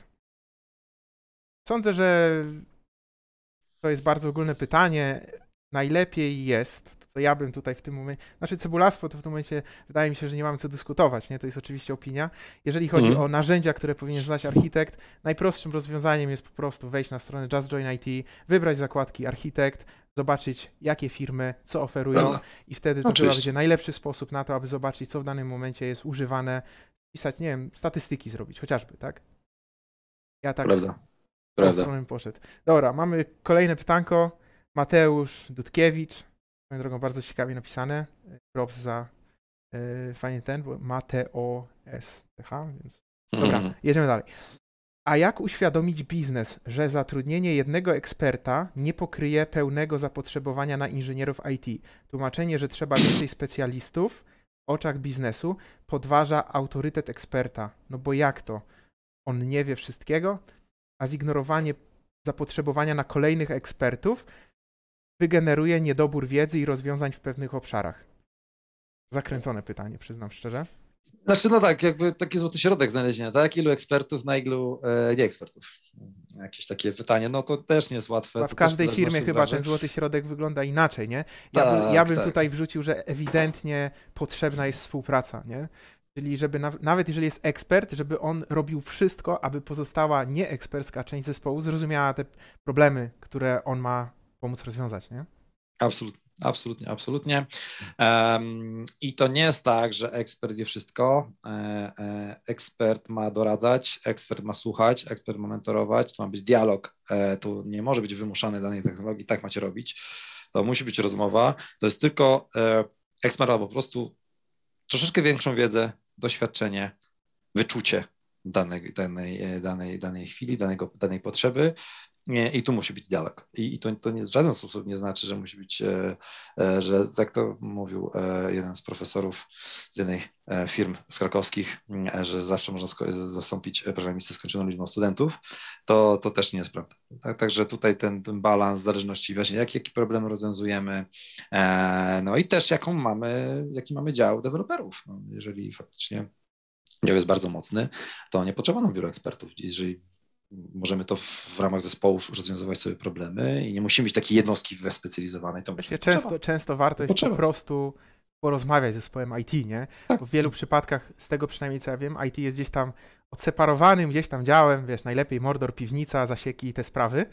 Speaker 1: Sądzę, że to jest bardzo ogólne pytanie. Najlepiej jest, to co ja bym tutaj w tym momencie, znaczy cebulactwo to w tym momencie wydaje mi się, że nie mamy co dyskutować, nie? To jest oczywiście opinia. Jeżeli chodzi
Speaker 2: Mhm.
Speaker 1: o narzędzia, które powinien znać architekt, najprostszym rozwiązaniem jest po prostu wejść na stronę Just Join I T, wybrać zakładki architekt, zobaczyć jakie firmy, co oferują
Speaker 2: Prawda.
Speaker 1: i wtedy to chyba
Speaker 2: Oczywiście.
Speaker 1: będzie najlepszy sposób na to, aby zobaczyć, co w danym momencie jest używane, pisać, nie wiem, statystyki zrobić, chociażby, tak? Ja tak
Speaker 2: Prawda.
Speaker 1: tą
Speaker 2: Prawda.
Speaker 1: stroną poszedł. Dobra, mamy kolejne pytanko. Mateusz Dudkiewicz. Swoją drogą bardzo ciekawie napisane. Props za yy, fajnie ten, bo Mateo S T H, więc dobra,
Speaker 2: Mhm.
Speaker 1: jedziemy dalej. A jak uświadomić biznes, że zatrudnienie jednego eksperta nie pokryje pełnego zapotrzebowania na inżynierów I T? Tłumaczenie, że trzeba więcej specjalistów w oczach biznesu podważa autorytet eksperta. No bo jak to? On nie wie wszystkiego, a zignorowanie zapotrzebowania na kolejnych ekspertów wygeneruje niedobór wiedzy i rozwiązań w pewnych obszarach. Zakręcone pytanie, przyznam szczerze.
Speaker 2: Znaczy, no tak, jakby taki złoty środek znalezienia, tak? Ilu ekspertów na ilu e, nie ekspertów? Jakieś takie pytanie, no to też nie jest łatwe.
Speaker 1: A w każdej firmie chyba ten złoty środek wygląda inaczej, nie? Ja,
Speaker 2: tak,
Speaker 1: by, ja bym
Speaker 2: tak.
Speaker 1: tutaj wrzucił, że ewidentnie potrzebna jest współpraca, nie? Czyli żeby na, nawet jeżeli jest ekspert, żeby on robił wszystko, aby pozostała nieekspercka część zespołu zrozumiała te problemy, które on ma pomóc rozwiązać, nie?
Speaker 2: Absolutnie. Absolutnie, absolutnie. Um, I to nie jest tak, że ekspert wie wszystko. E, e, ekspert ma doradzać, ekspert ma słuchać, ekspert ma mentorować, to ma być dialog. E, to nie może być wymuszany danej technologii, tak macie robić. To musi być rozmowa. To jest tylko e, ekspert ma po prostu troszeczkę większą wiedzę, doświadczenie, wyczucie danej, danej, danej, danej chwili, danego, danej potrzeby. I tu musi być dialog. I to, to nie, w żaden sposób nie znaczy, że musi być, e, e, że jak to mówił e, jeden z profesorów z jednej e, firm z krakowskich, e, że zawsze można sko- zastąpić programistę skończoną liczbą studentów, to, to też nie jest prawda. Tak, także tutaj ten, ten balans w zależności właśnie jak, jaki problem rozwiązujemy, e, no i też jaką mamy, jaki mamy dział deweloperów. No, jeżeli faktycznie dział jest bardzo mocny, to nie potrzeba nam wielu ekspertów. Jeżeli możemy to w ramach zespołów rozwiązywać sobie problemy i nie musimy być takiej jednostki wyspecjalizowanej. To
Speaker 1: Właśnie często, często warto jest
Speaker 2: potrzeba.
Speaker 1: po prostu porozmawiać z zespołem I T, nie?
Speaker 2: Tak.
Speaker 1: Bo w wielu przypadkach, z tego przynajmniej co ja wiem, I T jest gdzieś tam odseparowanym, gdzieś tam działem, wiesz, najlepiej Mordor, piwnica, zasieki i te sprawy,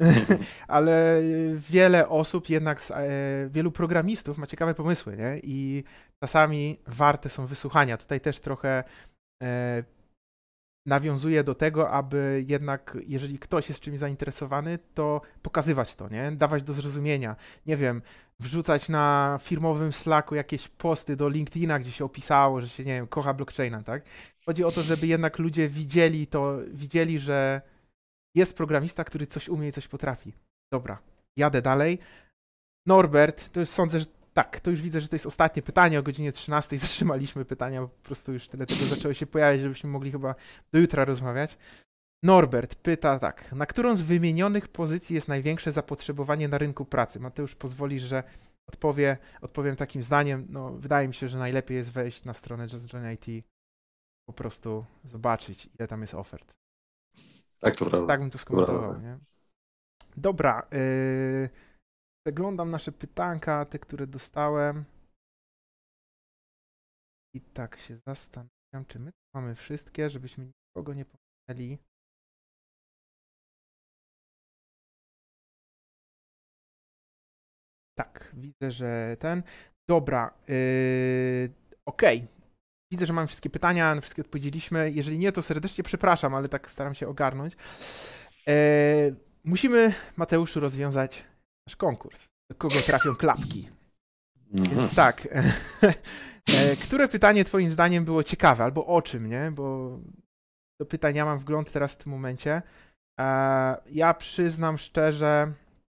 Speaker 1: ale wiele osób jednak, z, e, wielu programistów ma ciekawe pomysły, nie? I czasami warte są wysłuchania. Tutaj też trochę e, nawiązuje do tego, aby jednak, jeżeli ktoś jest czymś zainteresowany, to pokazywać to, nie? Dawać do zrozumienia. Nie wiem, wrzucać na firmowym Slacku jakieś posty do LinkedIna, gdzie się opisało, że się, nie wiem, kocha blockchaina, tak? Chodzi o to, żeby jednak ludzie widzieli to, widzieli, że jest programista, który coś umie i coś potrafi. Dobra, jadę dalej. Norbert, to już sądzę, że tak, to już widzę, że to jest ostatnie pytanie o godzinie trzynastej. Zatrzymaliśmy pytania, bo po prostu już tyle tego zaczęło się pojawiać, żebyśmy mogli chyba do jutra rozmawiać. Norbert pyta tak, na którą z wymienionych pozycji jest największe zapotrzebowanie na rynku pracy? Mateusz, pozwolisz, że odpowie, odpowiem takim zdaniem. No, wydaje mi się, że najlepiej jest wejść na stronę JustJoin I T, po prostu zobaczyć, ile tam jest ofert.
Speaker 2: Tak, to prawda.
Speaker 1: Tak bym to skomentował, nie? Dobra, yy... przeglądam nasze pytanka, te, które dostałem. I tak się zastanawiam, czy my mamy wszystkie, żebyśmy nikogo nie pominęli. Tak, widzę, że ten. Dobra, yy, okej. Okay. Widzę, że mamy wszystkie pytania, na wszystkie odpowiedzieliśmy. Jeżeli nie, to serdecznie przepraszam, ale tak staram się ogarnąć. Yy, musimy, Mateuszu, rozwiązać nasz konkurs. Do kogo trafią klapki? Mhm. Więc tak, które pytanie twoim zdaniem było ciekawe, albo o czym, nie? Bo do pytań ja mam wgląd teraz w tym momencie. Ja przyznam szczerze,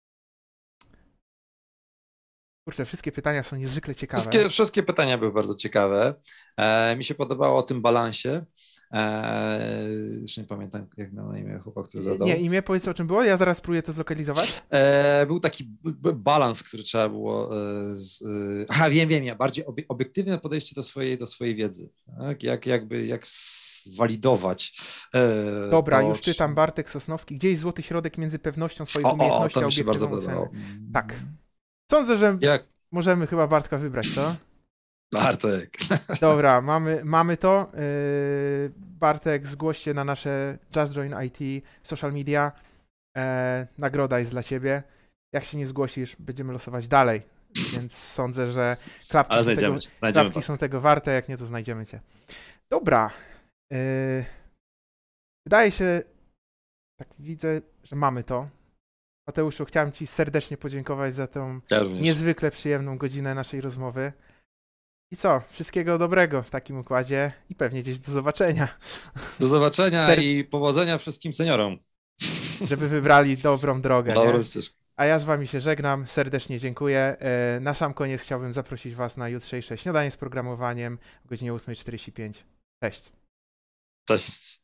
Speaker 1: kurczę, wszystkie pytania są niezwykle ciekawe.
Speaker 2: Wszystkie, wszystkie pytania były bardzo ciekawe. E, mi się podobało o tym balansie. E, już nie pamiętam, jak miał na imię chłopak, który zadał.
Speaker 1: Nie, imię powiedz, o czym było, ja zaraz spróbuję to zlokalizować.
Speaker 2: E, był taki b- b- balans, który trzeba było e, z, e, aha, wiem, wiem, ja bardziej obie, obiektywne podejście do swojej, do swojej wiedzy. Tak? Jak, jakby, jak zwalidować. E,
Speaker 1: Dobra,
Speaker 2: to,
Speaker 1: już czytam, Bartek Sosnowski. Gdzie jest złoty środek między pewnością swoich
Speaker 2: o,
Speaker 1: umiejętności
Speaker 2: o,
Speaker 1: a obiektywną oceną? Tak. Sądzę, że jak? możemy chyba Bartka wybrać, co?
Speaker 2: Bartek.
Speaker 1: Dobra, mamy, mamy to. Yy, Bartek, zgłoś się na nasze JustJoin I T social media. E, nagroda jest dla ciebie. Jak się nie zgłosisz, będziemy losować dalej. Więc sądzę, że klapki, są tego, klapki są tego warte. Jak nie, to znajdziemy cię. Dobra. Yy, wydaje się, tak widzę, że mamy to. Mateuszu, chciałem ci serdecznie podziękować za tą
Speaker 2: ja
Speaker 1: niezwykle przyjemną godzinę naszej rozmowy. I co? Wszystkiego dobrego w takim układzie i pewnie gdzieś do zobaczenia.
Speaker 2: Do zobaczenia Ser... i powodzenia wszystkim seniorom.
Speaker 1: Żeby wybrali dobrą drogę.
Speaker 2: Dobrą ścieżkę.
Speaker 1: A ja z wami się żegnam, serdecznie dziękuję. Na sam koniec chciałbym zaprosić was na jutrzejsze śniadanie z programowaniem o godzinie ósma czterdzieści pięć. Cześć.
Speaker 2: Cześć.